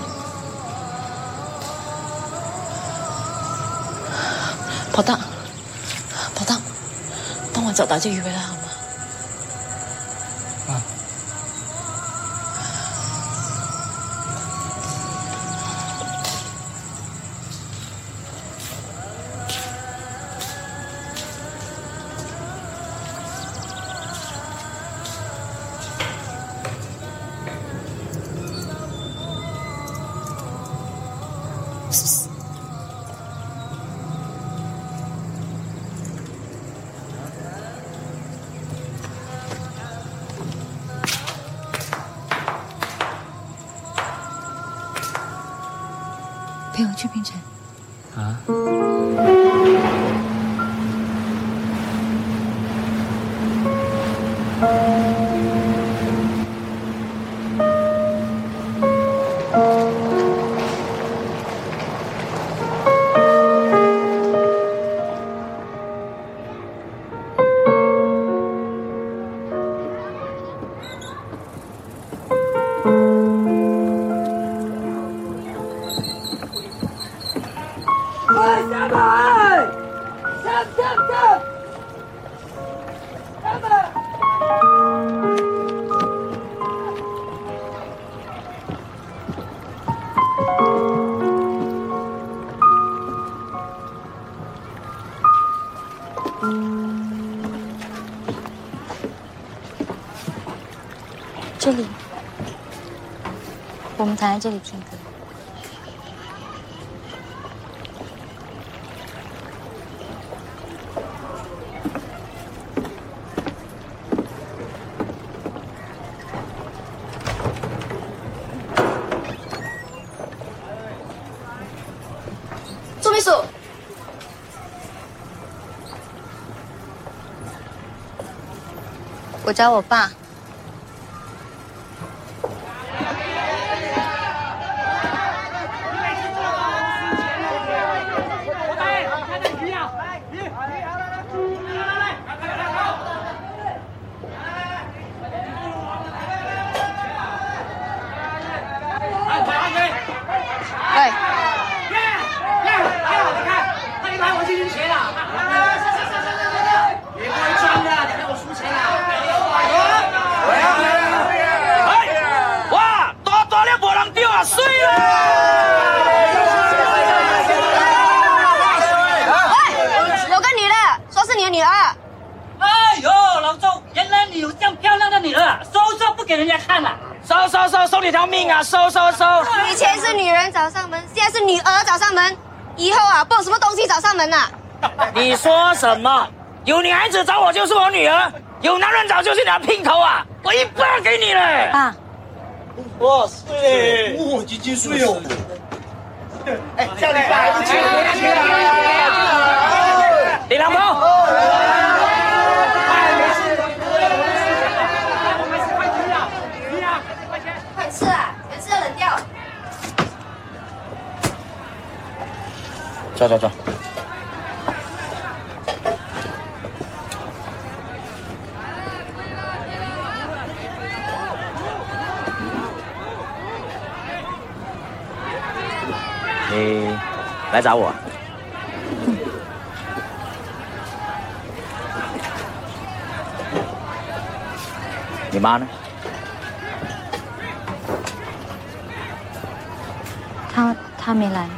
跑大，帮我找大姐鱼回来好吗？ 陪我去槟城。 啊？ 这里，我们躺在这里听歌。 朱秘书， 我找我爸。 收你条命啊！收！ 以前是女人找上门，现在是女儿找上门，以后啊，不知道什么东西找上门啊！ 你说什么？ 有女孩子找我就是我女儿，有男人找就是你的姘头啊！我1半给你了。 爸， 哇塞，哇，几岁哦？哎，叫你爸不去， 李良鹏。 快吃啊，全吃了冷掉。 走走走。你来找我？你妈呢？ 他没来。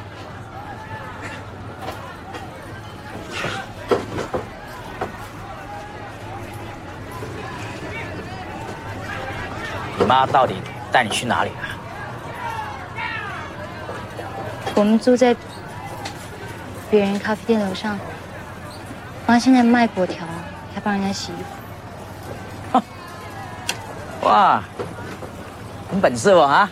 你妈到底带你去哪里了？ 我们住在别人咖啡店楼上，妈现在卖粿条，还帮人家洗衣服。 哇，很本事哦啊！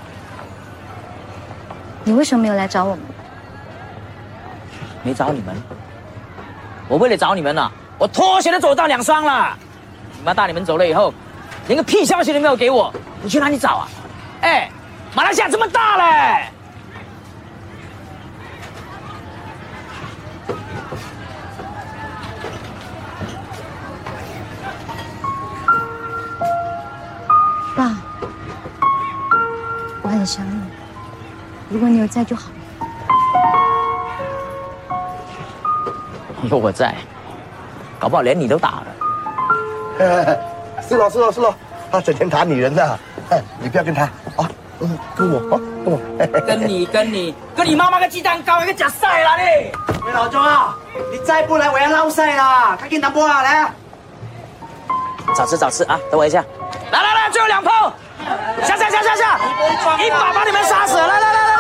你为什么没有来找我们？ 没找你们，我为了找你们啊，我拖鞋都走到2双了。你妈带你们走了以后，连个屁消息都没有给我，你去哪里找啊？哎，马来西亚这么大嘞！ 爸，我很想你，如果你有在就好。 有我在，搞不好连你都打了。 是喽，他整天打女人的，你不要跟他啊，跟我啊，跟我。 跟你妈妈个鸡蛋糕一个假赛啦你！ 喂，老钟啊，你再不来我要闹赛啦！快给你拿波啊，来啊！ 早吃啊，等我一下。来，最后2炮，下，一把把你们杀死！来！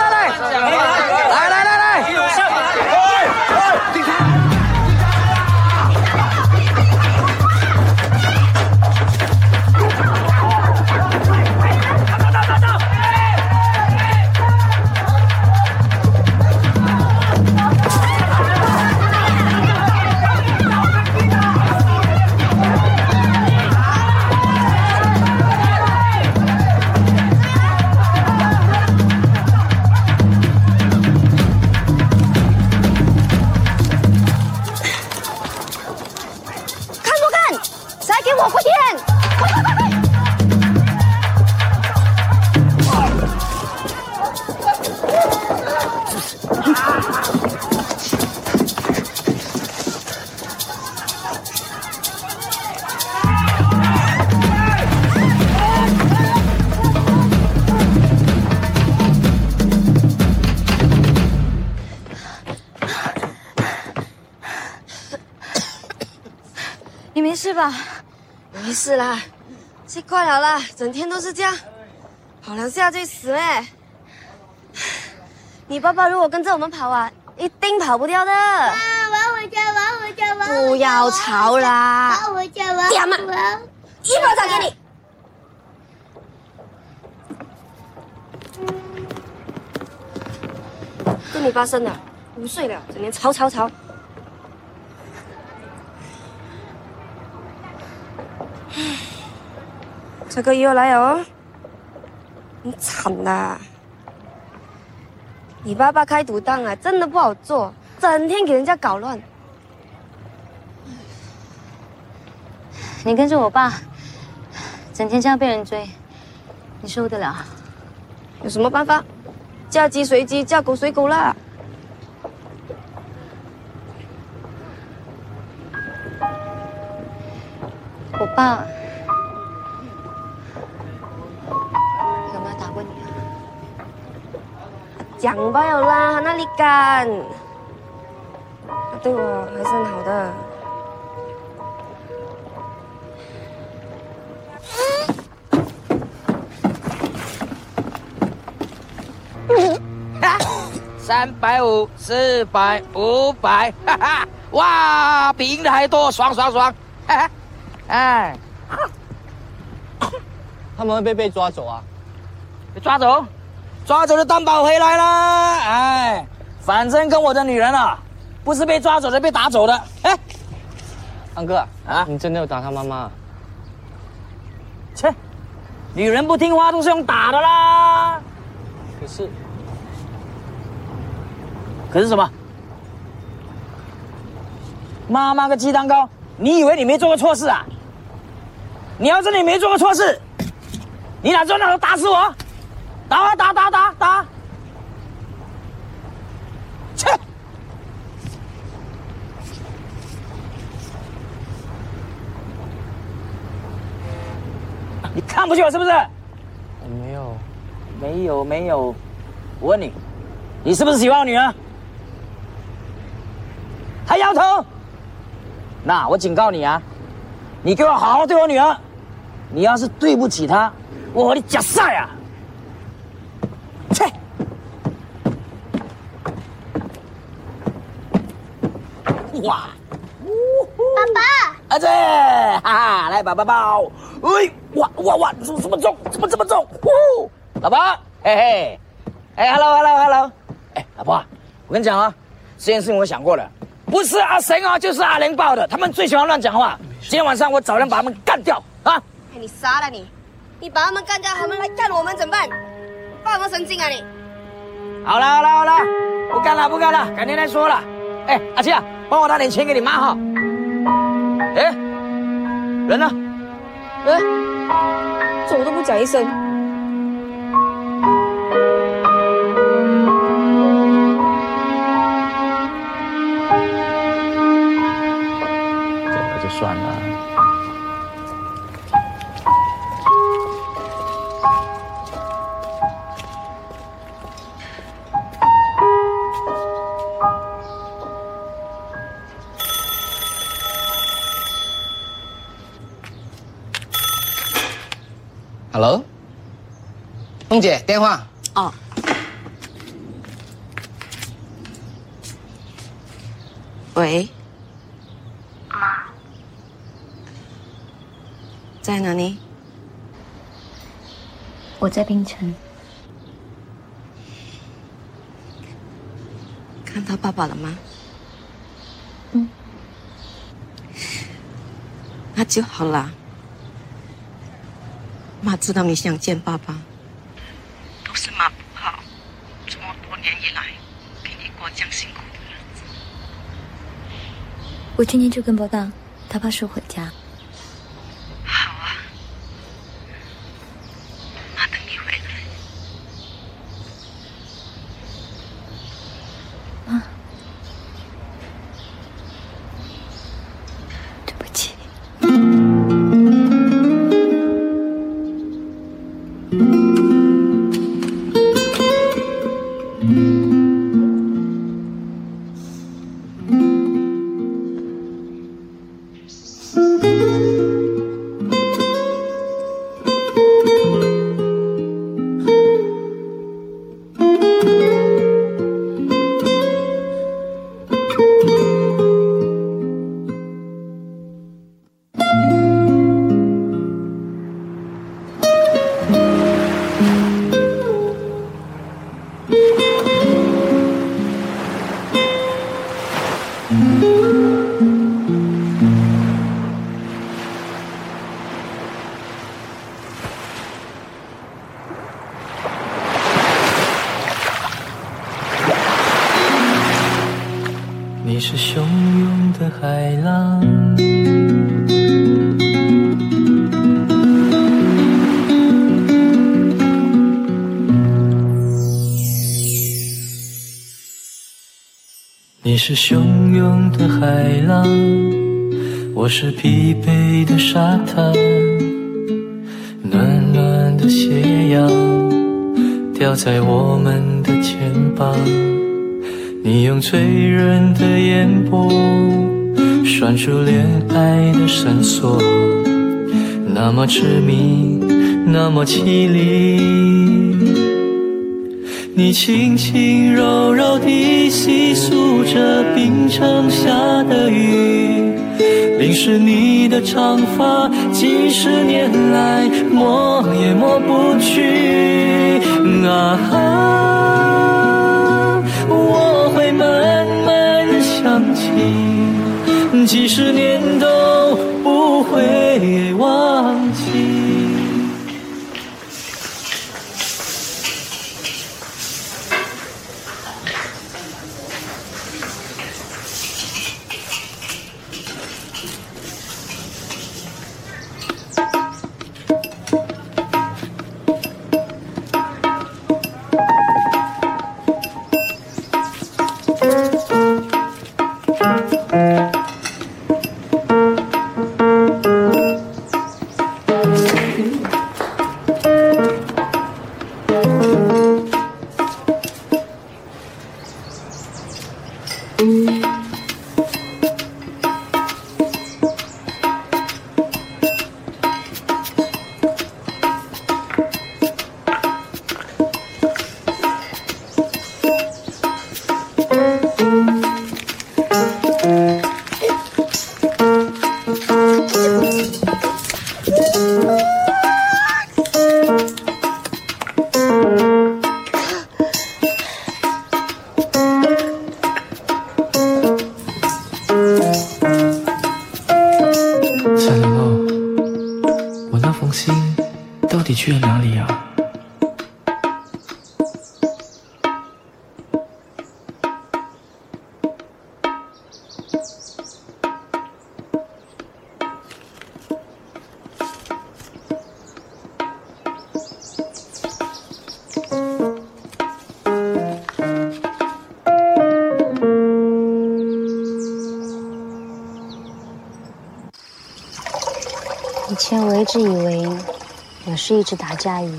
我不听！ 你没事吧？ 没事啦，吃快好啦，整天都是这样，跑2下就死嘞。你爸爸如果跟着我们跑啊，一定跑不掉的。 我要回家，我要回家，我要回家。 不要吵啦！ 我要回家，我要。 爹妈，一巴掌给你。跟你爸生的，5岁了，整天吵。这个又来哦，很惨的。你爸爸开赌档啊，真的不好做，整天给人家搞乱。 你跟着我爸，整天这样被人追，你受得了？ 有什么办法？嫁鸡随鸡，嫁狗随狗啦。 我爸有没有打过你啊？ 讲罢了啦，他那里敢？他对我还是很好的。 350、400、500，哈哈， 哇，比赢的还多，爽爽爽！哎， 他们会被抓走啊？ 被抓走？抓走就担保回来啦！哎，反正跟我的女人啊，不是被抓走的，被打走的。哎， 安哥啊，你真的有打他妈妈？ 切，女人不听话都是用打的啦。可是什么？妈妈个鸡蛋糕，你以为你没做过错事啊？你要真的没做过错事，你哪知道那时候打死我？打啊打打打打！切！你看不起我是不是？ 没有， 没有。我问你，你是不是喜欢我女儿？还摇头？那我警告你啊，你给我好好对我女儿。你要是对不起她，我和你假赛啊！切！哇！ 爸爸， 儿子，哈哈，来抱抱抱！哎，哇，这么重，怎么这么重？呼，老婆，嘿嘿，哎 ，hello， 哎，老婆，我跟你讲啊，这件事情我想过了，不是阿神啊，就是阿玲报的，他们最喜欢乱讲话。今天晚上我找人把他们干掉啊！ 哎，你杀了你！你把他们干掉，他们来干我们怎么办？发什么神经啊你？ 好了，不干了，改天再说了。哎，阿七啊，帮我拿点钱给你妈哈。哎，人呢？ 哎，走都不讲一声。 走了就算了。 Hello， 凤姐电话。 哦。喂。 妈。 在哪里？ 我在槟城。 看到爸爸了吗？ 嗯。 那就好啦。妈知道你想见爸爸，都是妈不好，这么多年以来给你过这样辛苦的日子。 我今天就跟波大他爸说回家。 好啊，妈等你回来。 妈，对不起。 你是汹涌的海浪，你是汹涌的海浪，我是疲惫的沙滩，暖暖的斜阳掉在我们的肩膀。你用醉人的眼波拴住恋爱的绳索，那么痴迷，那么凄厉， 你轻轻柔柔地细数着冰城下的雨，淋湿你的长发，几十年来抹也抹不去。我会慢慢想起，几十年都不会忘记。 到底去了哪里啊？ 以前我一直以为我是一只打架鱼，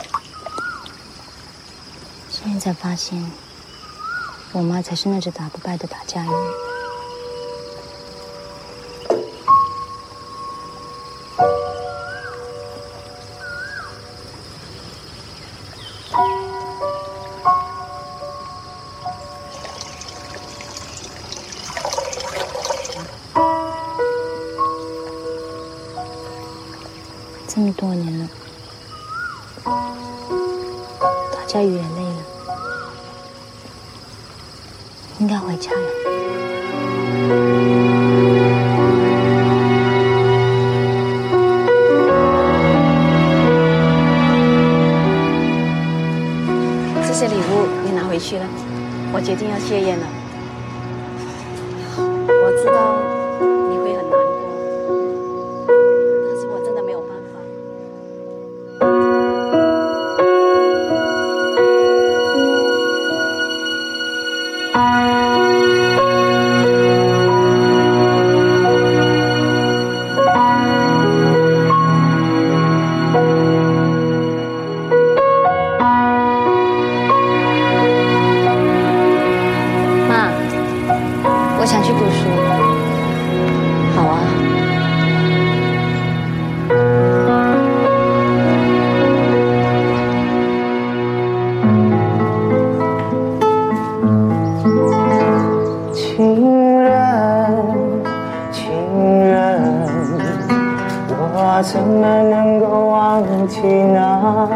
现在才发现，我妈才是那只打不败的打架鱼。这么多年了，打架鱼也累了，应该回家了。 这些礼物你拿回去了，我决定要谢宴了。我知道你会很难过，但是我真的没有办法。 妈，我想去读书。好啊。 情人，情人，我怎么能够忘记那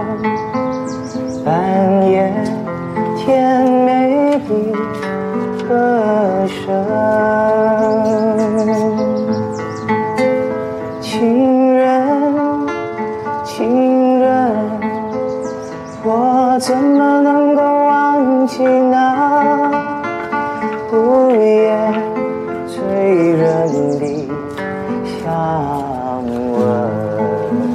半夜甜美的歌声？情人，情人，我怎么能够忘记那不言醉人的香吻？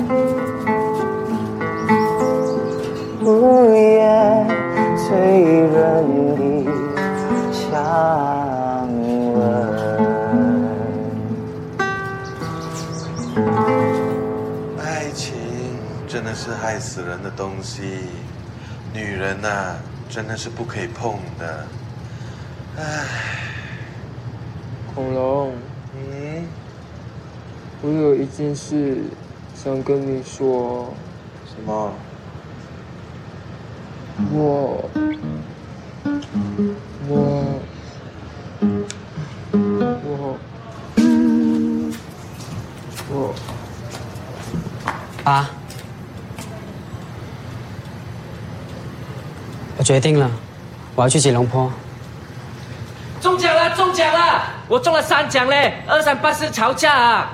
不言醉人的香吻。 爱情真的是害死人的东西，女人呐，真的是不可以碰的。唉， 恐龙，我有一件事想跟你说。 什么？ 爸，我决定了，我要去吉隆坡。 中奖了，中奖了！我中了3奖嘞，2384吵架啊！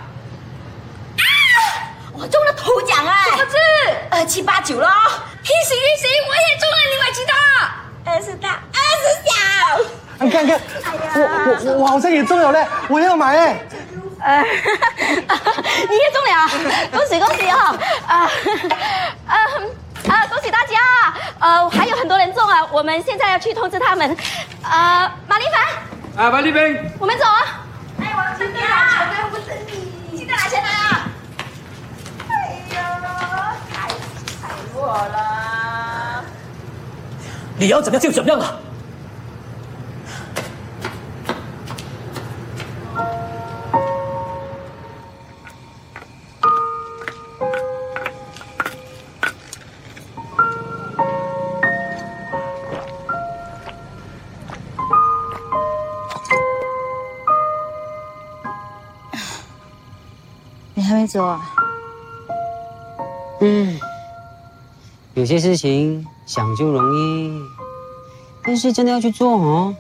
我中了头奖哎！什么字？2789咯！一行，我也中了，另外几大？20大，20小。 你看，我好像也中了嘞，我也要买哎。 你也中了，恭喜哦！恭喜大家！还有很多人中啊，我们现在要去通知他们。马丽凡。 马丽芬， 我们走啊！哎，我要真的啊！我不等你，现在拿钱来啊！哎呦，踩我了！ 你要怎么样就怎么样了。 你还没走啊？ 有些事情想就容易，但是真的要去做哦。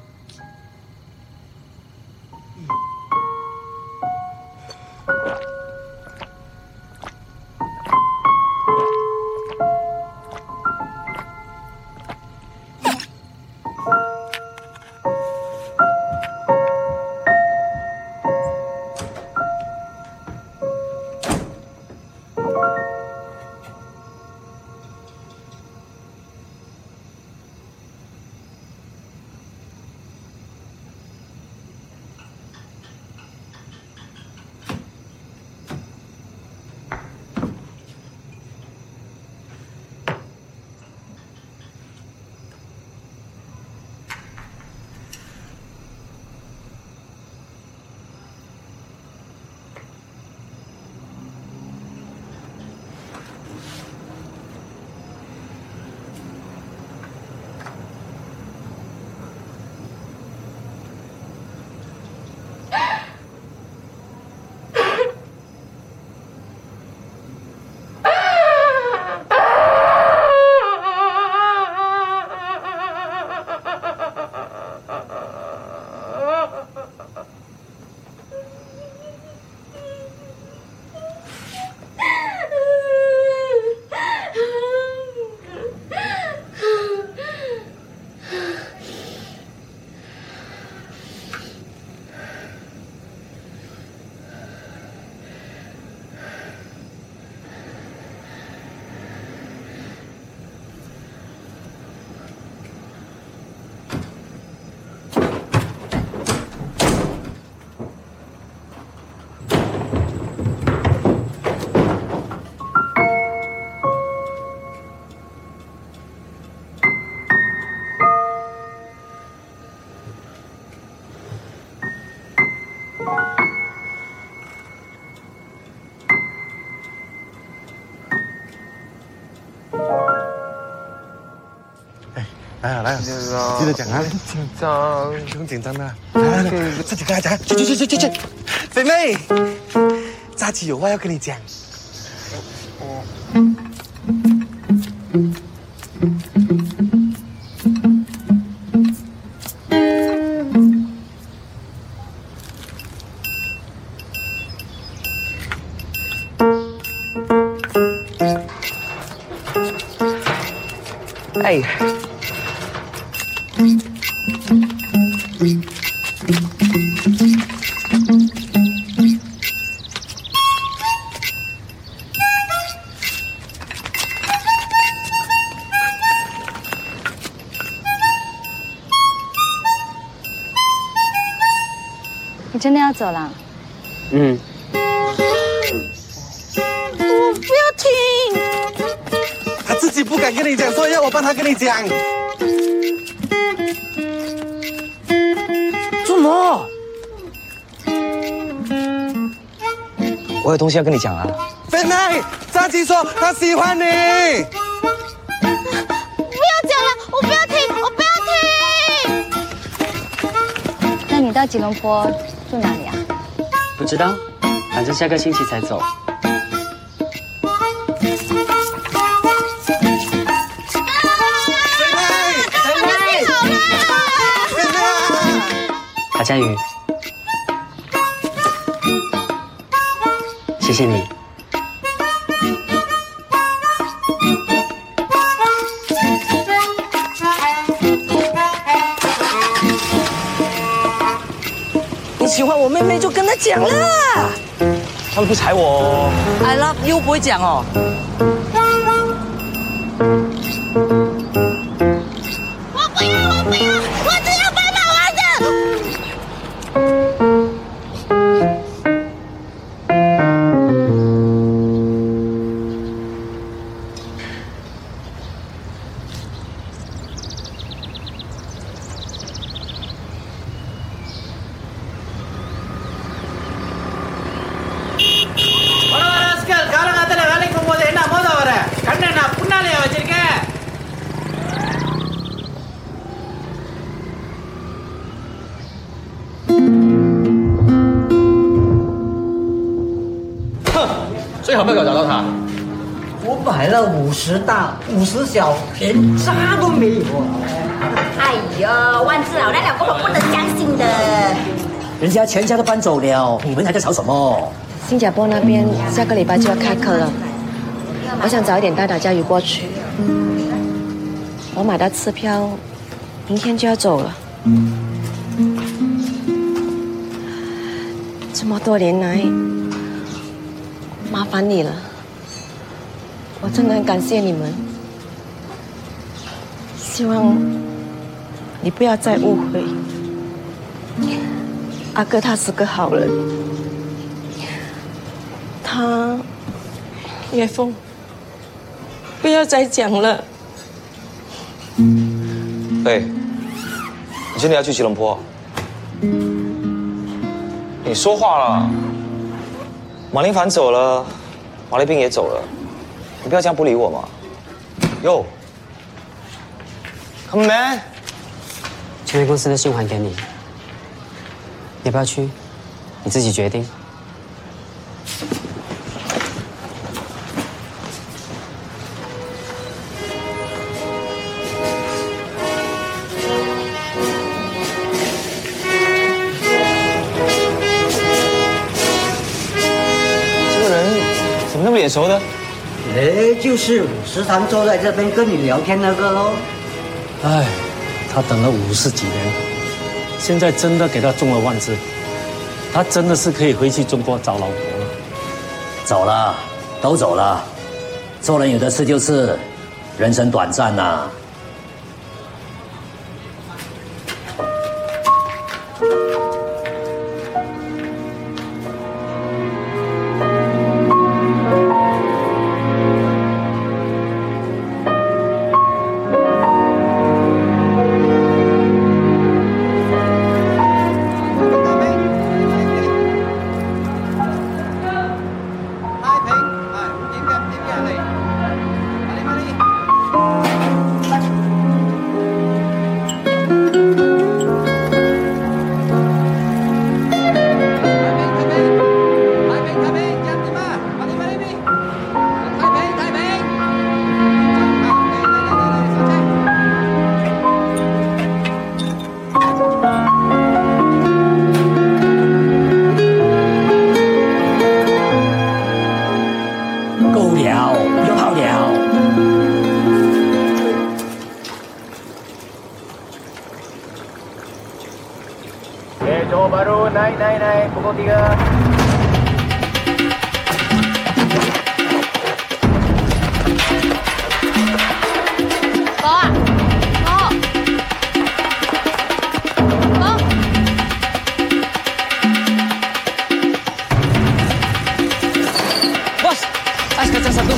来，记得讲啊！ 紧张， 不用紧张的。来，自己跟他讲，去！肥妹，扎奇有话要跟你讲。 哎。 你真的要走了？ 嗯。 我不要听。 他自己不敢跟你讲，所以要我帮他跟你讲。 做什么？我有东西要跟你讲啊。 肥妹，扎奇说他喜欢你。 不要我不要停，我不要停！ 那你到吉隆坡住哪里啊？ 不知道，反正下个星期才走。郝佳宇，谢谢你。 你喜欢我妹妹就跟她讲了。 他们不踩我。 I love you 不会讲哦。 我不要，我不要，我只要白马王子。 最好不要找到他。 我买了50大50小，连渣都没有啊！ 哎呦，万智老那两个我不能相信的。 人家全家都搬走了，你们还在吵什么？ 新加坡那边下个礼拜就要开课了，我想早一点带大家鱼过去。我买的次票，明天就要走了。这么多年来，麻烦你了，我真的很感谢你们。希望你不要再误会，阿哥他是个好人，他叶枫，不要再讲了。 哎，你真的要去吉隆坡？你说话了。马林凡走了，马丽萍也走了，你不要这样不理我嘛。哟 ，Come on， 签约公司的信还给你，要不要去？你自己决定。 那么眼熟的？ 哎，就是时常坐在这边跟你聊天那个喽。 哎，他等了50几年，现在真的给他中了万字，他真的是可以回去中国找老婆了。 走了，都走了。做人有的是就是，人生短暂呐。 pukul 3. Bos, es kaca satu.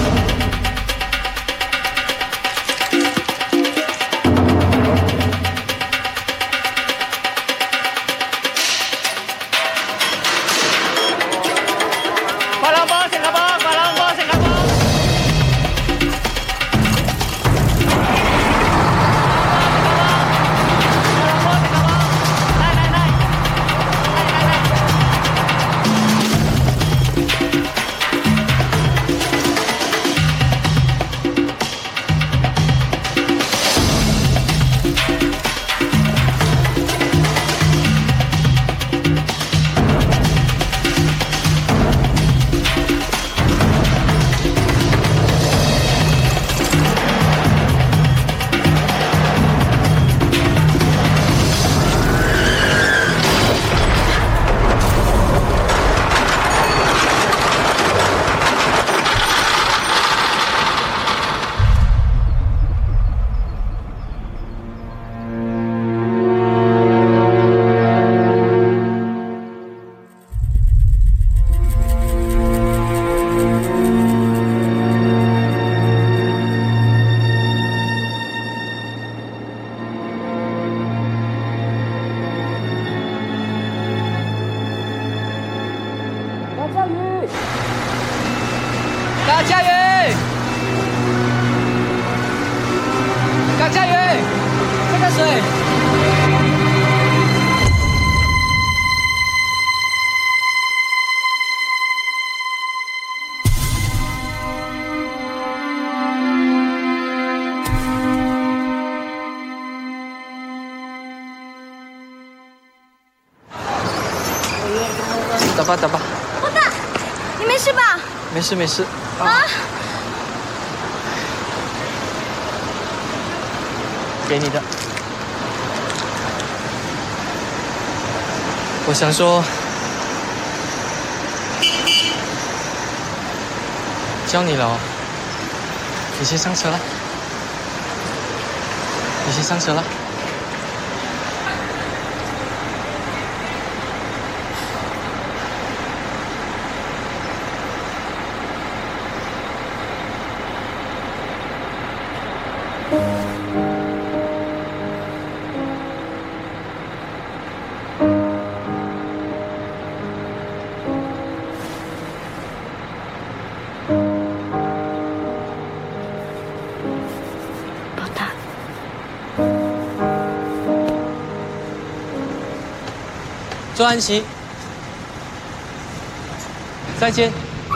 Balong bos, yang kabong, balong bos, yang kabong. 大家云，港佳云，喝个水。走吧，走吧。 波大，你没事吧？ 没事没事。 啊！ 给你的。我想说，教你了哦。你先上车了。你先上车了。周安琪，再见。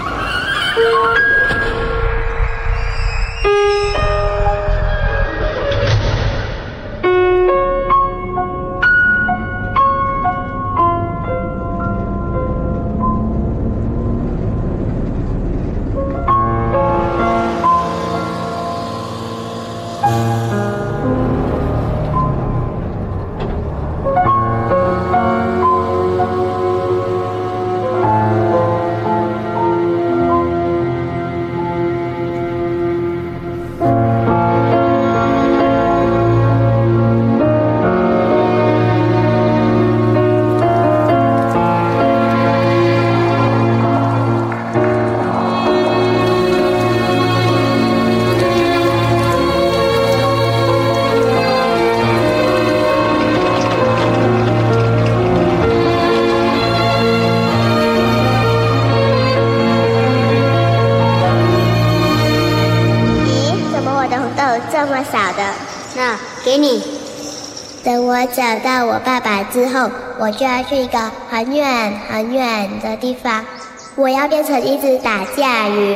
给你。等我找到我爸爸之后，我就要去一个很远很远的地方，我要变成一只打架鱼。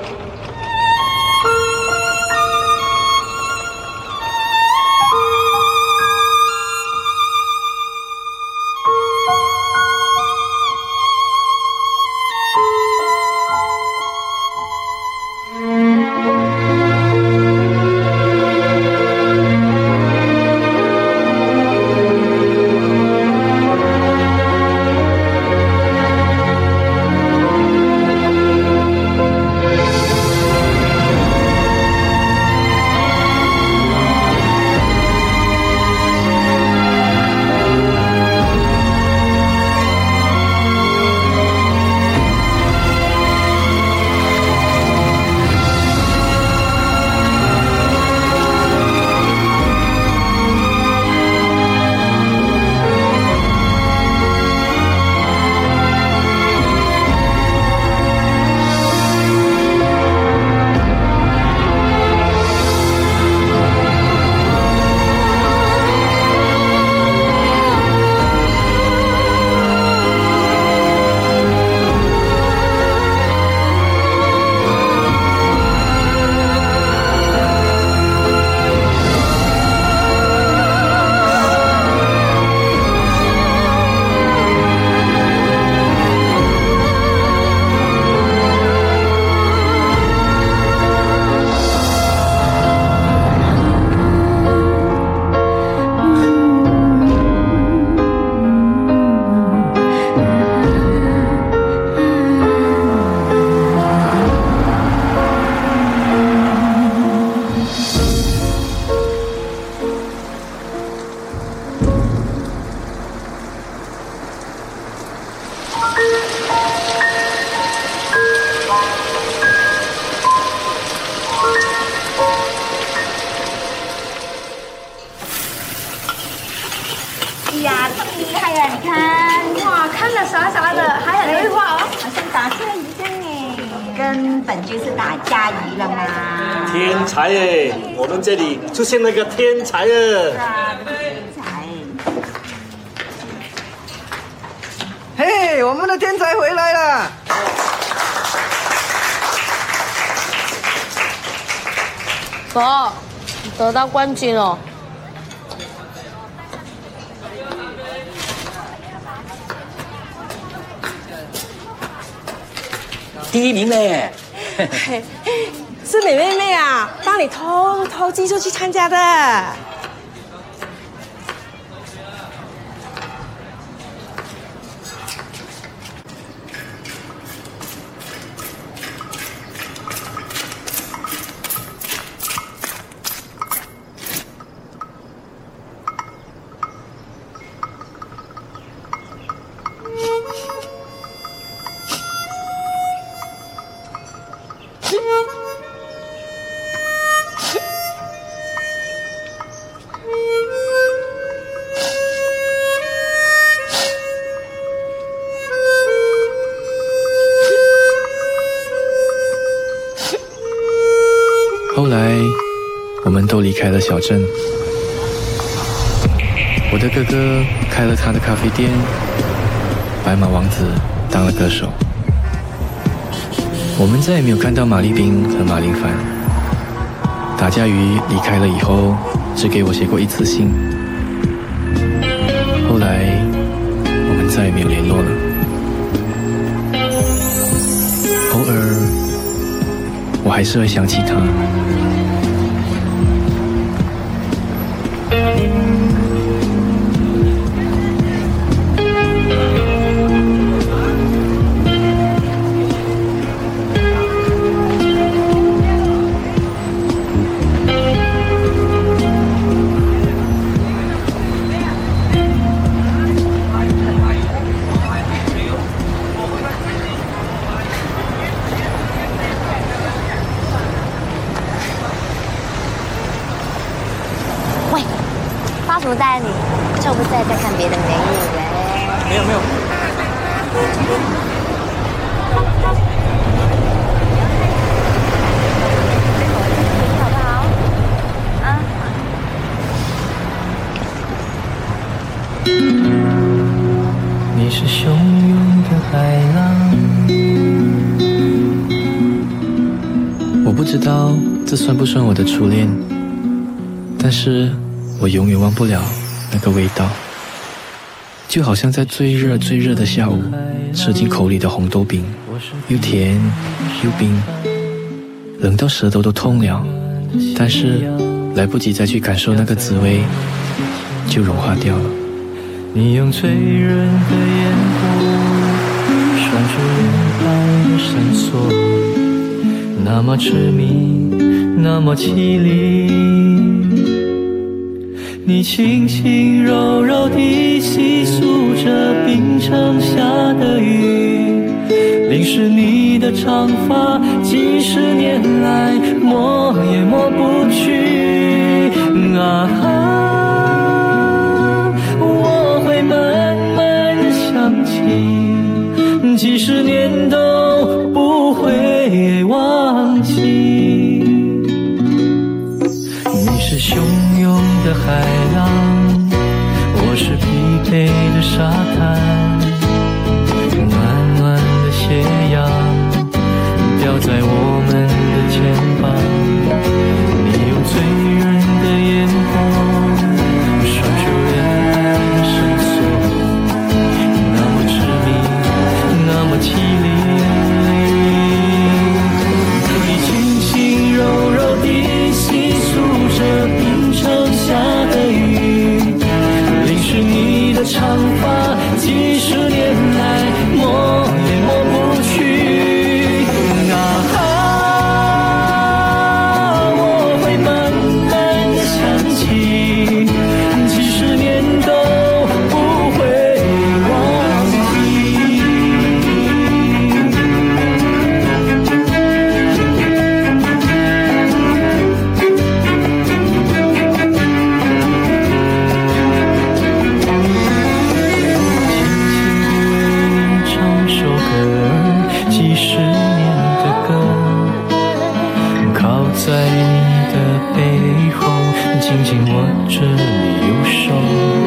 呀，这么厉害呀！你看，哇，看了傻傻的，还很会画哦，好像打出来一样哎。跟根本就是打架鱼了嘛。 天才哎，我们这里出现了个天才了。 天才。 嘿，我们的天才回来了。 哥，得到冠军了。 第1名嘞！ 是你妹妹啊，帮你偷偷寄出去参加的。 后来，我们都离开了小镇。我的哥哥开了他的咖啡店，白马王子当了歌手。我们再也没有看到马丽萍和马林凡。打架鱼离开了以后，只给我写过1次信。后来，我们再也没有联络了。偶尔，我还是会想起他。 什么带你？就不是在看别的美女嘞？ 没有。 好不好？啊。 你是汹涌的海浪。 我不知道这算不算我的初恋，但是我永远忘不了那个味道，就好像在最热最热的下午，吃进口里的红豆饼，又甜又冰，冷到舌头都痛了，但是来不及再去感受那个滋味，就融化掉了。 你用醉人的眼波拴住恋爱的绳索，那么痴迷，那么凄厉。你轻轻柔柔地细诉着冰城下的雨，淋湿你的长发，几十年来抹也抹不去。我会慢慢地想起，几十年都不会忘记。你是汹涌的海浪，我是疲惫的沙滩，暖暖的斜阳掉在我们的肩膀。你用醉人的眼光紧紧握着你右手。